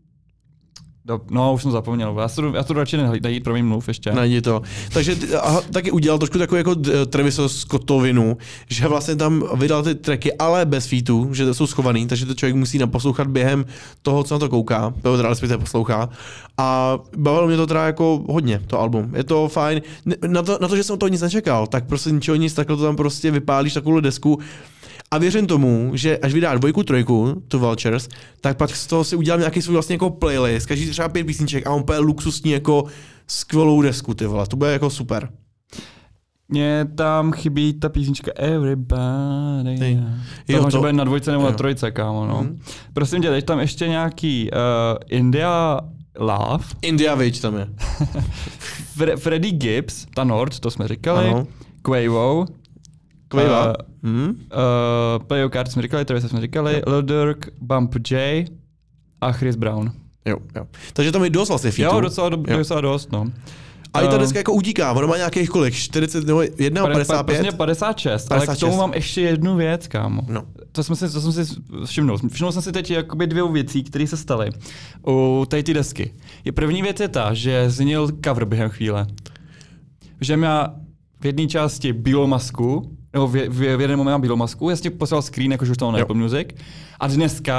do, no, už jsem zapomněl, já to, já to radši nejít, promiň, mluv ještě. Najdi to. Takže aha, taky udělal trošku takovou jako Travis Scottovinu, že vlastně tam vydal ty tracky, ale bez featů, že to jsou schovaný, takže to člověk musí naposlouchat během toho, co na to kouká, teda respektive poslouchá. A bavilo mě to teda jako hodně, to album. Je to fajn. Na to, na to že jsem to nic nečekal, tak prostě ničeho nic, takhle to tam prostě vypálíš takovou desku. A věřím tomu, že až vydá dvojku, trojku, tu Vultures, tak pak z toho si udělám nějaký svůj vlastně jako playlist, každý třeba pět písniček a mám úplně luxusní jako skvělou desku, ty vole, to bude jako super. Mně tam chybí ta písnička Everybody. Ty. To jo, může to... být na dvojce nebo jo. na trojce, kámo, no. Mm. Prosím tě, teď tam ještě nějaký uh, India Love. India Witch tam je. Fre- Freddie Gibbs, ta Nord, to jsme říkali. Ano. Quavo. Quavo. Uh, mm. uh, Playboy Carti jsme říkali, Travis jsme říkali, Lil Durk, Bump J a Chris Brown. Jo, jo. Takže tam je dost vlastně featů. Jo, docela, do, docela dost, no. A i ta deska jako utíká, ono má nějakých kolik? čtyřicet nebo jedna padesát pět? Prostě padesát šest, ale k tomu mám ještě jednu věc, kámo. No. To, jsem si, to jsem si všimnul. Všimnul jsem si teď jakoby dvě věcí, které se staly u té ty desky. Je první věc je ta, že zněl cover během chvíle. Že má v jedné části bílou masku, nebo v, v, v jeden moment má bílou masku, já jsem ti poslal screen, jakože už to na Apple Music. A dneska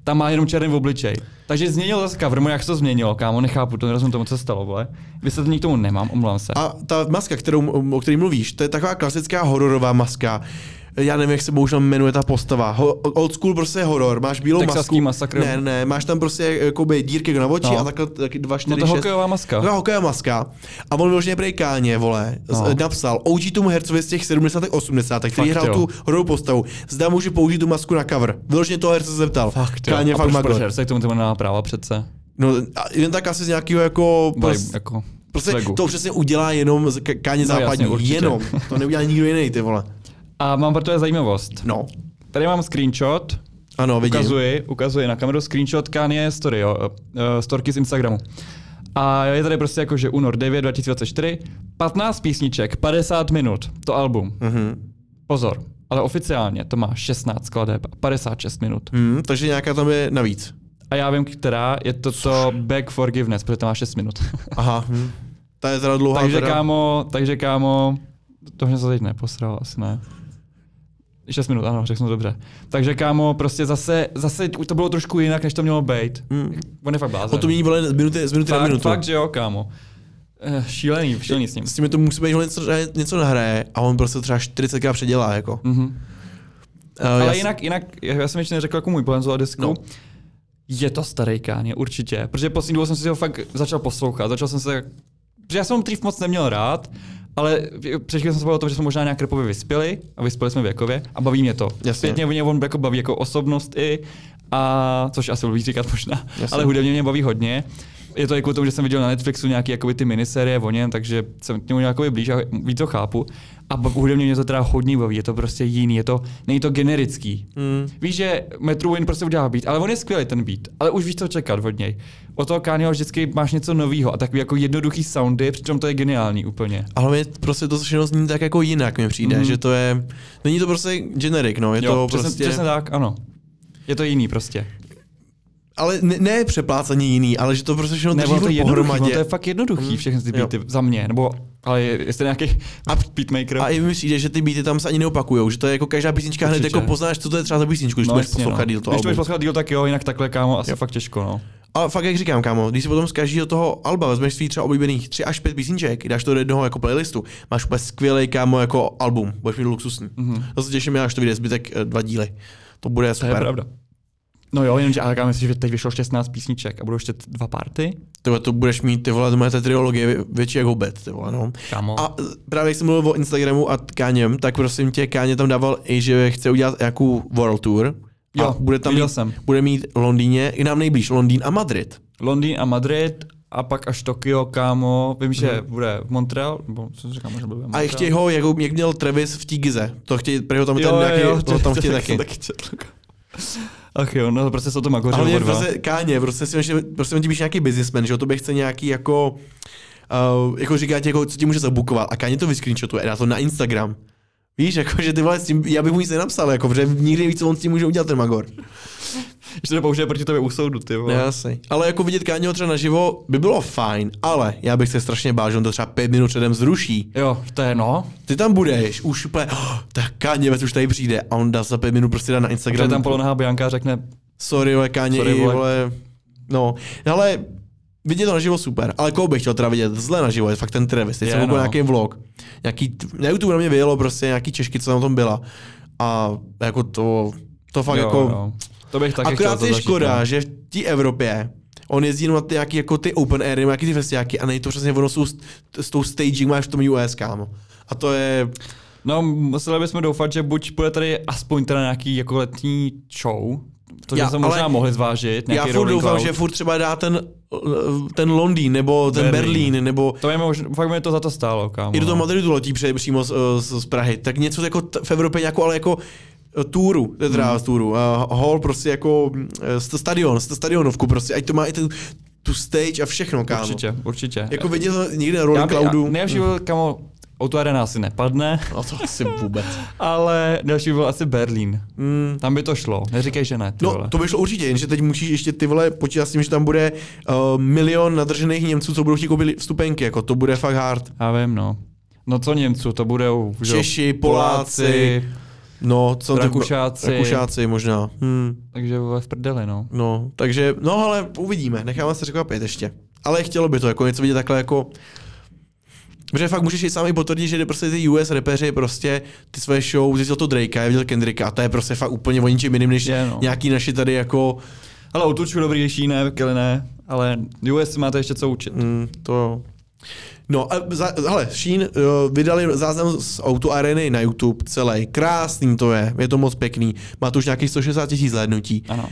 tam má jenom černý obličej. Takže změnil zase cover, jak se to změnilo, kámo, nechápu, to nerozumím tomu, co se stalo, vole. Vysvětlení k tomu nemám, omlouvám se. A ta maska, kterou, o které mluvíš, to je taková klasická hororová maska. Já nevím, jak se bohužel jmenuje ta postava. Ho, old school prostě horor. Máš bílou Texaský masku. masakr. Ne, ne, máš tam prostě jakoby dírky na oči no. a takhle taky dva, čtyři, no to šest. hokejová maska. Taková hokejová maska. A on vyloženě prej Káně, vole, no. napsal O G tomu hercovi z těch sedmdesátých osmdesátých který hrál jo. tu hororovou postavu. Zda může použít tu masku na cover. Vyloženě toho herce se zeptal. Fakt, Káně, a fakt proč, proč herce k tomu tomu nemá práva přece? No, jen tak asi z nějakého jako... Vibe, prost, jako prostě svegu. To přesně udělá jenom Káně no, západní. Jasně, jenom. To neudělá nikdo jiný, ty vole. A mám pro to zajímavost. No. Tady mám screenshot. Ano, vidím. Ukazuji, ukazuji na kameru screenshot Kanye story, jo, uh, storky z Instagramu. A je tady prostě jako, že únor deváté dva tisíce dvacet čtyři, patnáct písniček, padesát minut, to album. Mm-hmm. Pozor, ale oficiálně to má šestnáct skladeb, padesát šest minut. Mm, takže nějaká tam je navíc. A já vím, která, je to to Back Forgiveness, protože to má šest minut. Aha, hm. Ta je teda dlouhá. Takže teda. kámo, takže kámo, to mě se teď neposral, asi ne. šest minut, ano, řekl jsem to dobře. Takže kámo, prostě zase, zase to bylo trošku jinak, než to mělo být. Mm. On je fakt blázen. O to mění z minuty, z minuty fakt, na minutu. Fakt, že jo, kámo. Eh, šílený, šílený s ním. S tím to musí být, že něco, něco nahraje a on prostě třeba čtyřicetkrát předělá, jako. Mm-hmm. Uh, Ale já jinak, jinak, já jsem ještě neřekl jako můj pohled na disku. No. Je to starý Kanye, určitě. Protože poslední dobou jsem si ho fakt začal poslouchat, začal jsem se, protože já jsem ho dřív moc neměl rád, ale před chvíli jsem se bavil o tom, že jsme možná nějak rapově vyspěli a vyspěli jsme věkově a baví mě to. Zpětně mě on jako baví jako osobnost i, a což asi byl víc říkat možná, Jasně. ale hudebně mě baví hodně. Je to i kvůli tomu, že jsem viděl na Netflixu nějaký jakoby ty miniserie o něm, takže jsem k němu nějaký blíž a víc to chápu. A hudebně mě to teda hodně baví, je to prostě jiný, je to, není to generický. Mm. Víš, že Metro Win prostě udělá beat, ale on je skvělý ten beat, ale už víš co čekat od něj. Od toho Kanyeho vždycky máš něco nového a takový jako jednoduchý soundy, přitom to je geniální úplně. Ale mě prostě to všechno zní tak jako jinak mi přijde, mm. že to je, není to prostě generic, no, je jo, to přesně, prostě... přesně tak, ano. Je to jiný prostě. Ale ne, ne přeplácaně jiný, ale že to prostě všechno drží to pohromadě. To je fakt jednoduchý, všechny ty beaty za mě, nebo ale jestli nějaký beatmaker. A i mi přijde, že ty beaty tam se ani neopakujou, že to je jako každá písnička hned jako poznáš, co to je třeba za písničku, když no, budeš poslouchat díl toho albu. Když budeš albu. poslouchat díl, tak jo, jinak takhle, kámo, asi jo. fakt těžko, no. Ale fakt, jak říkám, kámo, když si potom z každého toho alba vezmeš svých třeba oblíbených tři až pět písniček, dáš to do jednoho jako playlistu, máš úplně skvělý, kámo, jako album, budeš mít luxusní. Mm-hmm. To se těším, až to vyjde zbytek dva díly. To bude super. To je pravda. No jo, jenomže ale myslím, že teď vyšlo šestnáct písniček a budou ještě dva party. Tyhle, to budeš mít, ty vole, to máte triologie větší jako Hobbit, ty vole, no. Kámo. A právě jak jsem mluvil o Instagramu a Káněm, tak prosím tě, Káně tam dával i, že chce udělat nějakou world tour. Jo, a bude tam mít, jsem. bude mít Londýně, i nám nejblíž, Londýn a Madrid. Londýn a Madrid a pak až Tokio, kámo, vím, že hmm. bude v Montreal, nebo co říkám, že bude v Montreal. A chtějí ho, jak, jak měl Travis v té Gize, to chtějí, prý ho tam ten jo, nějaký, jo, to tam chtějí taky. taky. Ach jo, no prostě se o tom jako ale prostě Káně, prostě si že prostě on ti nějaký businessman, že o tobě chce nějaký jako, uh, jako říká ti, jako, co ti může zabukovat a Káně to vyscreenshotuje a dá to na Instagram. Víš, jako, že ty vole s tím, já bych mu nic nenapsal, jako, protože nikdy neví, co on s tím může udělat ten Magor. Ještě to použije proti tobě u soudu, ty vole. Jasně. Ale jako vidět Káněho třeba naživo by bylo fajn, ale já bych se strašně bál, že on to třeba pět minut předem zruší. Jo, to je no. Ty tam budeš, už úplně, oh, tak Káně už tady přijde a on dá za pět minut prostě dá na Instagram. A tam polonohá Bianka řekne, sorry, vole, Káně, sorry, vole. vole. No, ale vidět to naživo super, ale koho bych chtěl teda vidět zle naživo, je fakt ten Travis. Teď jsem no. nějaký vlog, nějaký, na YouTube na mě vyjelo prostě nějaký Češky, co na tom byla. A jako to, to fakt jo, jako... Jo. To bych taky chtěl. Akorát je škoda, že v té Evropě on jezdí na ty nějaký jako ty open airy, nějaký ty festiáky a nej to přesně ono jsou s, s tou staging máš v tom U S, kámo. A to je... No, museli bychom doufat, že buď bude tady aspoň teda nějaký jako letní show, to já, jsme možná mohli zvážit. Já furt doufám, že furt třeba dá ten, ten Londýn, nebo ten Berlín, Berlín nebo... To je možná, fakt mi to za to stálo, kámo. I do toho Madridu letí přímo z, z, z Prahy, tak něco jako t- v Evropě nějakou, ale jako túru, teda hmm. túru, uh, hall prostě jako uh, stadion, stadionovku prostě, ať to má i tu, tu stage a všechno, kámo. Určitě, určitě. Jako viděl někde na Rolling Cloudu. Nejlepší byl, kámo, O dva Arena asi nepadne. No to asi vůbec. Ale další byl asi Berlín. Mm. Tam by to šlo, neříkej, že ne. No vole. to by šlo určitě, jenže teď musíš ještě ty vole počítat s tím, že tam bude uh, milion nadržených Němců, co budou chtít koupit vstupenky, jako to bude fakt hard. Já vím, no. No co Němců, to budou Češi, Poláci, No, co Rakušáci. Rakušáci možná. Hmm. Takže v prdeli, no. No, takže, no ale uvidíme, necháme se překvapit ještě. Ale chtělo by to jako něco vidět takhle jako... Protože fakt můžeš i sám i potvrdit, že prostě ty U S repeři prostě ty své show, zjistil to Drakea, viděl Kendricka a to je prostě fakt úplně o ničem jiným, než je, no. nějaký naši tady jako... Ale o tučku dobrý liší, ne, Kelly ne, ale U S máte ještě co učit. Mm, to... No a za, hele, Shein uh, vydali záznam z Auto Areny na YouTube celý, krásný to je, je to moc pěkný, má to už nějakých sto šedesát tisíc zhlédnutí. Ano.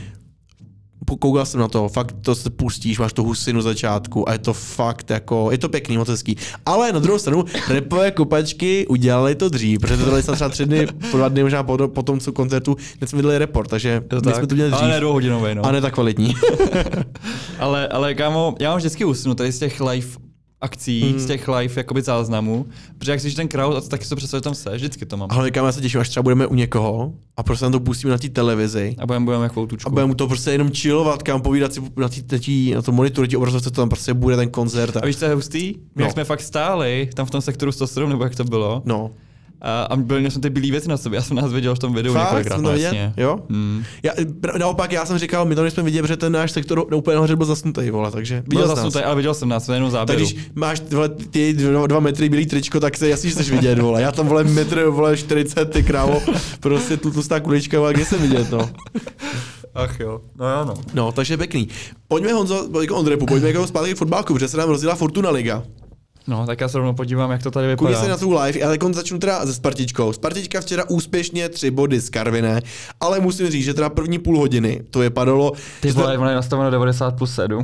Koukal jsem na to, fakt to se pustíš, máš tu husinu začátku a je to fakt jako, je to pěkný, moc hezký. Ale na druhou stranu, rapové kopačky udělali to dřív, protože to dali třeba tři dny, dva dny možná po, po tom, co koncertu, hned jsme vydali report, takže to my tak. jsme to udělali dřív. Ale ne dvouhodinový, no. A ne tak kvalitní. ale, ale kámo, já mám vždycky usnu tady z těch live akcí, hmm. z těch live jakoby záznamů, protože jak slyšíš ten crowd, a to taky to představit tam se, vždycky to mám. Ale kam já se těším, až třeba budeme u někoho a prostě nám to pustíme na té televizi. A budeme budeme jako tučku. A budeme to prostě jenom chillovat, kam povídat si na tý, na tom monitoru, tí obrazovce, to tam prostě bude ten koncert. A víš, co je hustý? No. Jak jsme fakt stáli, tam v tom sektoru sto sedm, nebo jak to bylo? No. A, a byly jsme ty bílé věci na sobě, já jsem nás viděl v tom videu fakt, několikrát, no, jasně. Jo? Hmm. Já, naopak já jsem říkal, my to nejsme viděli, protože ten náš sektor na úplně nahoře byl zasnutý, vole, takže viděl byl zasnutý, ale viděl jsem nás, to jenom záběru. Tak když máš vole, ty dva, dva metry bílý tričko, tak se jasně chceš vidět, vole. Já tam vole metr, vole čtyřicet, ty krávo, prostě tlustá kulička, vole, kde se vidět, no. Ach jo, no jo, no. No, takže pěkný. Pojďme Honzo, jako on repu, pojďme jako zpátky k fotbalku, protože se nám rozjela Fortuna Liga. No, tak já se rovnou podívám, jak to tady vypadá. Kudí se na tu live, ale teď začnu teda se Spartičkou. Spartička včera úspěšně tři body z Karviné, ale musím říct, že teda první půl hodiny to vypadalo... Ty vole, ono je nastaveno devadesát plus sedm,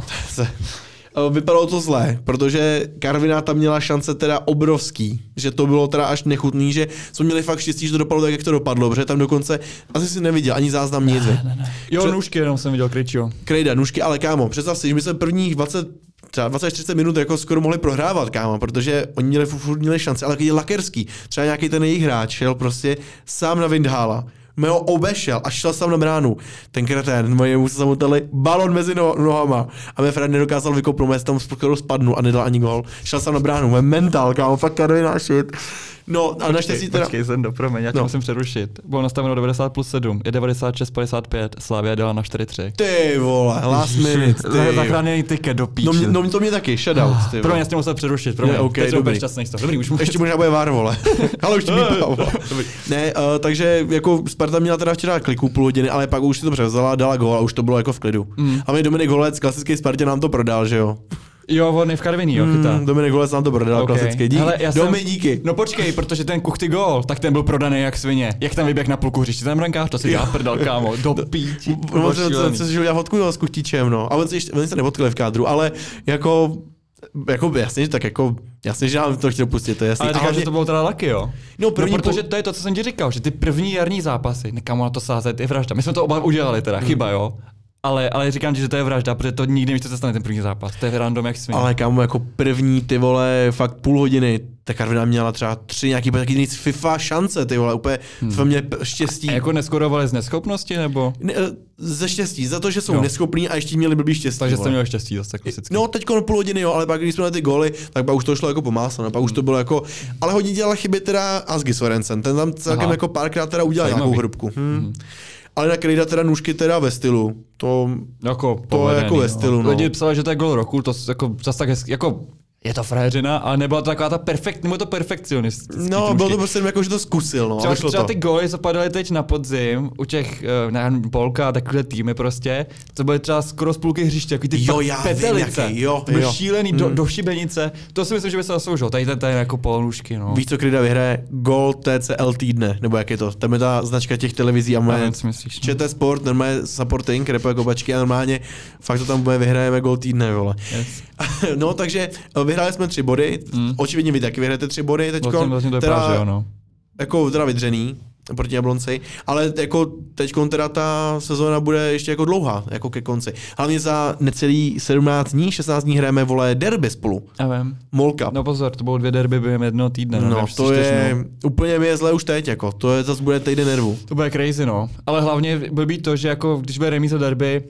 Vypadalo to zlé, protože Karviná tam měla šance teda obrovský, že to bylo teda až nechutný, že jsme měli fakt štěstí, že to dopadlo tak, jak to dopadlo, protože tam dokonce asi si neviděl ani záznam nic. Ne, ne, ne. Jo, Před... nůžky jenom jsem viděl, Krejčího. Krejda, nůžky, ale kámo, představ si, že my jsme prvních dvacet třeba dvacet až třicet minut jako skoro mohli prohrávat, kámo, protože oni měli furt měli šance, ale když Lakerský, třeba nějaký ten jejich hráč šel prostě sám na Windhala, mě ho obešel a šel sám na bránu. Ten kretén, moje mu se zamotali balon mezi no, nohama a mě Fred nedokázal vykopnout, mě tam skoro spadnu a nedal ani gol. Šel sám na bránu, moje mentál, kámo, fakt Karviná shit. No a naštěstí teda... Počkej, jsem do promiň, já tě no. musím přerušit. Bylo nastaveno devadesát plus sedm, je devadesát šest padesát pět, Slavia dala na čtyři tři. Ty vole, last minute, ty. Zachráněný ticket do píči. No, no to mě taky, shoutout, ty Pro mě jsi musel přerušit, pro mě. Okay, teď dobrý. Šťastný z toho. Dobrý, už můžu. Ještě možná bude vár, vole. Ale už to bývá, ne, uh, takže jako Sparta měla teda včera kliku půl hodiny, ale pak už si to převzala, dala gól a už to bylo jako v klidu. Mm. A my Dominik Holec, klasický Spartě, nám to prodal, že jo. Jo, on je v Karviní, jo, chytá. Mm, Dominik Holec nám to prodal, okay. Klasický. Díky. Hele, Domi, jsem... díky. No počkej, protože ten kuchty gól, tak ten byl prodaný jak svině. Jak tam vyběh na půlku hřiště, ten brankář, to si dělá prdel, kámo, do píči. On se si dělal hodku s kuchtičem, no. A on si, on se neodkli v kádru, ale jako... Jako jasně, tak jako, jasně, že nám to chtěl pustit, to je jasný. Ale říkáš, že to bylo teda lucky, jo? No, první no, protože po... to je to, co jsem ti říkal, že ty první jarní zápasy, nekamo na to sázet, je vražda. My jsme to oba udělali teda, hmm. chyba, jo? Ale, ale říkám ti, že to je vražda, protože to nikdy nevíš, co se stane ten první zápas. To je random jak svině. Ale kámo, jako první, ty vole, fakt půl hodiny, ta Karviná měla třeba tři nějaký taky nic FIFA šance, ty vole, úplně hmm. v mě štěstí. A jako neskorovali z neschopnosti, nebo? Ne, ze štěstí, za to, že jsou jo. neschopní a ještě měli blbý štěstí. Takže jste měli štěstí, zase klasicky. No, teďko půl hodiny, jo, ale pak když jsme na ty góly, tak pak už to šlo jako pomáslo, pak už to bylo jako, ale hodně dělal chyby teda Asgi Sorensen, ten tam celkem Aha. jako párkrát teda udělal nějakou hrubku. Hmm. Hmm. Ale na Krejda teda nůžky teda ve stylu. To, jako to povedený, je jako ve stylu, no. Lidi psali, že to je gol roku, to jako zase tak hezky, jako je to frajeřina, ale nebyla to taková ta perfekt, nebo to perfekcionistický. No, bylo to prostě jako, že to zkusil, no. Třeba, třeba to. ty góly zapadaly teď na podzim u těch, nevím, Polka a takové týmy prostě, to byly třeba skoro z půlky hřiště, jako ty jo, já petelice, vím, jo, to byly jo. šílený hmm. do, do šibenice, to si myslím, že by se zasloužil, tady ten tady jako polnůžky, no. Víš, co Krejda vyhraje? Gol T C L týdne, nebo jak je to? Tam je ta značka těch televizí a máme ČT Sport, normálně supporting, repové kopačky a normálně fakt to tam vyhrajeme gol týdne, vole. Yes. No, takže vyhráli jsme tři body, mm. očividně vy taky vyhrajete tři body teďko. Vlastně, vlastně to teda, vypadá, že jo, no. Jako teda vydřený proti Jablonci, ale jako teďko teda ta sezóna bude ještě jako dlouhá, jako ke konci. Hlavně za necelý sedmnáct dní, šestnáct dní hrajeme, vole, derby spolu. Já vím. Molka. No pozor, to bylo dvě derby během jednoho týdne. No, no to je, no. úplně mi je zle už teď, jako, to je, zase bude týden nervů. To bude crazy, no. Ale hlavně blbý to, že jako, když bude remíza derby,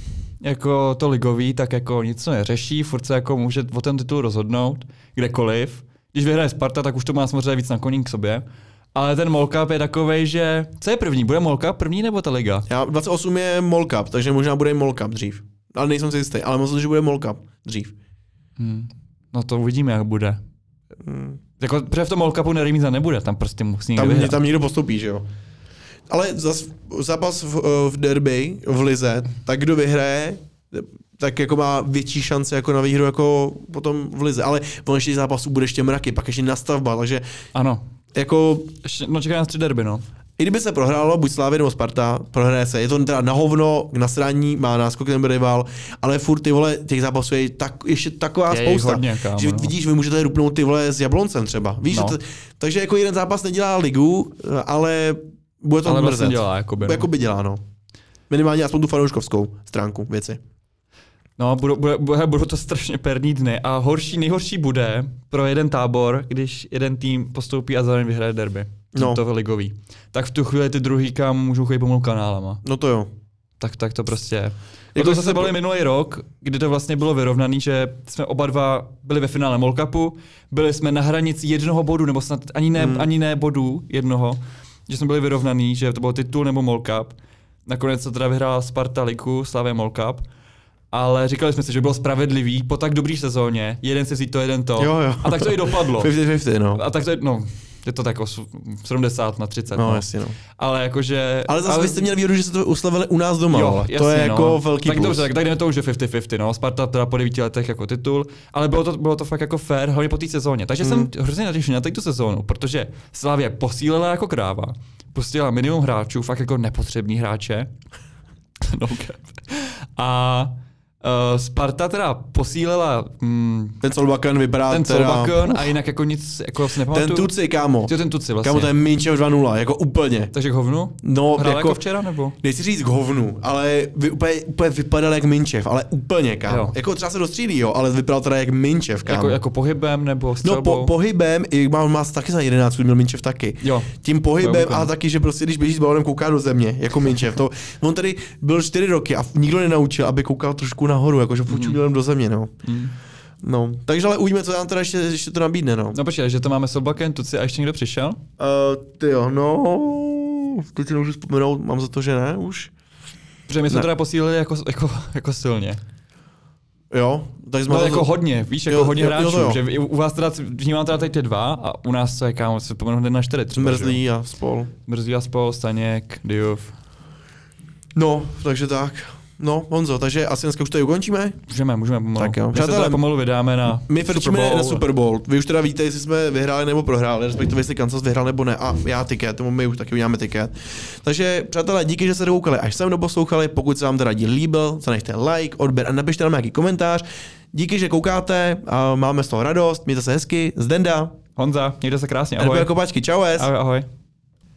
jako to ligový, tak jako nic to neřeší, furt se jako může o ten titul rozhodnout, kdekoliv. Když vyhraje Sparta, tak už to má samozřejmě víc na koní k sobě. Ale ten Mall Cup je takovej, že... Co je první? Bude Mall Cup první nebo ta liga? Já, dvacet osm je Mall Cup, takže možná bude Mall Cup dřív. Ale nejsem si jistý, ale myslím, že bude Mall Cup dřív. Hmm. No to uvidíme, jak bude. Hmm. Jako, protože v tom Mall Cupu remíza nebude, tam prostě musí někdo tam, vyhrát. tam někdo postoupí, že jo. Ale zas zápas v, v derby, v lize, tak kdo vyhraje, tak jako má větší šance jako na výhru jako potom v lize. Ale po ještě zápasů bude ještě mraky, pak ještě nastavba, takže... Ano. Jako... Ještě, no čeká nás tři derby, no. I kdyby se prohrálo, buď Slavia nebo Sparta, prohraje se. Je to teda na hovno, k nasrání, má náskok ten rival, ale furt ty vole, těch zápasů je tak, ještě taková je spousta. Hodně, kámo, že no. vidíš, vy můžete rupnout ty vole s Jabloncem třeba. Víš, no. to, takže jako jeden zápas nedělá ligu, ale bude to ale mrzet. vlastně dělá, jakoby, no. Jakoby dělá, no. Minimálně aspoň tu fanouškovskou stránku věci. No, budou, budou, budou to strašně perný dny a horší, nejhorší bude pro jeden tábor, když jeden tým postoupí a zároveň vyhraje derby. No. To ligový. Tak v tu chvíli ty druhý kam můžou chodit pomalu kanálama. No to jo. Tak, tak to prostě je. Jako to se bavili po... minulý rok, kdy to vlastně bylo vyrovnaný, že jsme oba dva byli ve finále Mall Cupu, byli jsme na hranici jednoho bodu, nebo snad ani ne, hmm. ani ne bodu jednoho, že jsme byli vyrovnaný, že to byl titul nebo Mall Cup. Nakonec to teda vyhrála Sparta ligu, Slavia Mall Cup. Ale říkali jsme si, že bylo spravedlivý po tak dobrý sezóně, jeden si vzít to, jeden to. Jo, jo. A tak to i dopadlo. padesát padesát, no. A tak to je, no, je to tak sedmdesát na třicet. No, no. jasně, no. Ale jakože... Ale zase ale... vy jste měli výhodu, že jste to uslavili u nás doma. Jo, jasně, to je no. jako velký tak plus. Dobře, tak, tak jdeme to už, že padesát padesát, no. Sparta teda po devíti letech jako titul, ale bylo to, bylo to fakt jako fair, hlavně po té sezóně. Takže hmm. jsem hrozně natěšený na tu sezónu, protože Slavia posílila jako kráva, pustila minimum hráčů, fakt jako nepotřební hráče. No cap. A Uh, Sparta teda posílila... Mm, ten Solbakken vypadá ten teda... Ten Solbakken a jinak jako nic, jako si nepamatuju. Ten Tuci, kámo. Jo, ten Tuci vlastně. Kámo, to je Minčev dva nula, jako úplně. Takže k hovnu? No, hrál jako, jako včera, nebo? Nechci říct k hovnu, ale vy, úplně, úplně vypadal jak Minčev, ale úplně, kámo. Jo. Jako třeba se dostřílí, jo, ale vypadal teda jak Minčev, kámo. Jako, jako pohybem nebo střelbou? No, po, pohybem, i má, má taky za jedenáct, měl Minčev taky. Jo. Tím pohybem a taky, že prostě, když běží s balonem, kouká do země, jako Minčev. To, on tady byl čtyři roky a nikdo nenaučil, aby koukal trošku nahoru, jakože mm. do země, no. Mm. No, takže ale uvidíme, co nám teda ještě, ještě to nabídne, no. No počkej, že to máme Solbakken, Tuci a ještě někdo přišel? Uh, ty jo, no, teď si nemůžu vzpomenout, mám za to, že ne už. Protože my jsme teda posílili jako, jako, jako silně. Jo, tak jsme no, to jako to... hodně, víš, jako jo, hodně jo, hráčů, jo, jo. že u vás teda, vnímám teda teď ty dva a u nás to je, kámo, se pomenu na čtyři třeba, Mrzlý a spol. Mrzlý a spol, Staněk, Diouf. No, takže tak. No, Honzo, takže asi dneska už tady ukončíme? Můžeme, můžeme pomalu. Tak jo. My se teda pomalu vydáme na My frčíme na Super Bowl. Vy už teda víte, jestli jsme vyhráli nebo prohráli, respektive jestli Kansas vyhrál nebo ne. A já tiket, tomu my už taky uděláme tiket. Takže přátelé, díky, že jste dokoukali až sem doposlouchali. Pokud se vám teda díl líbil, zanechte like, odběr a napište nám nějaký komentář. Díky, že koukáte a máme z toho radost. Mějte se hezky. Zdenda. Honza, mějte se krásně. Ahoj. Kopačky, čau es. Ahoj, ahoj.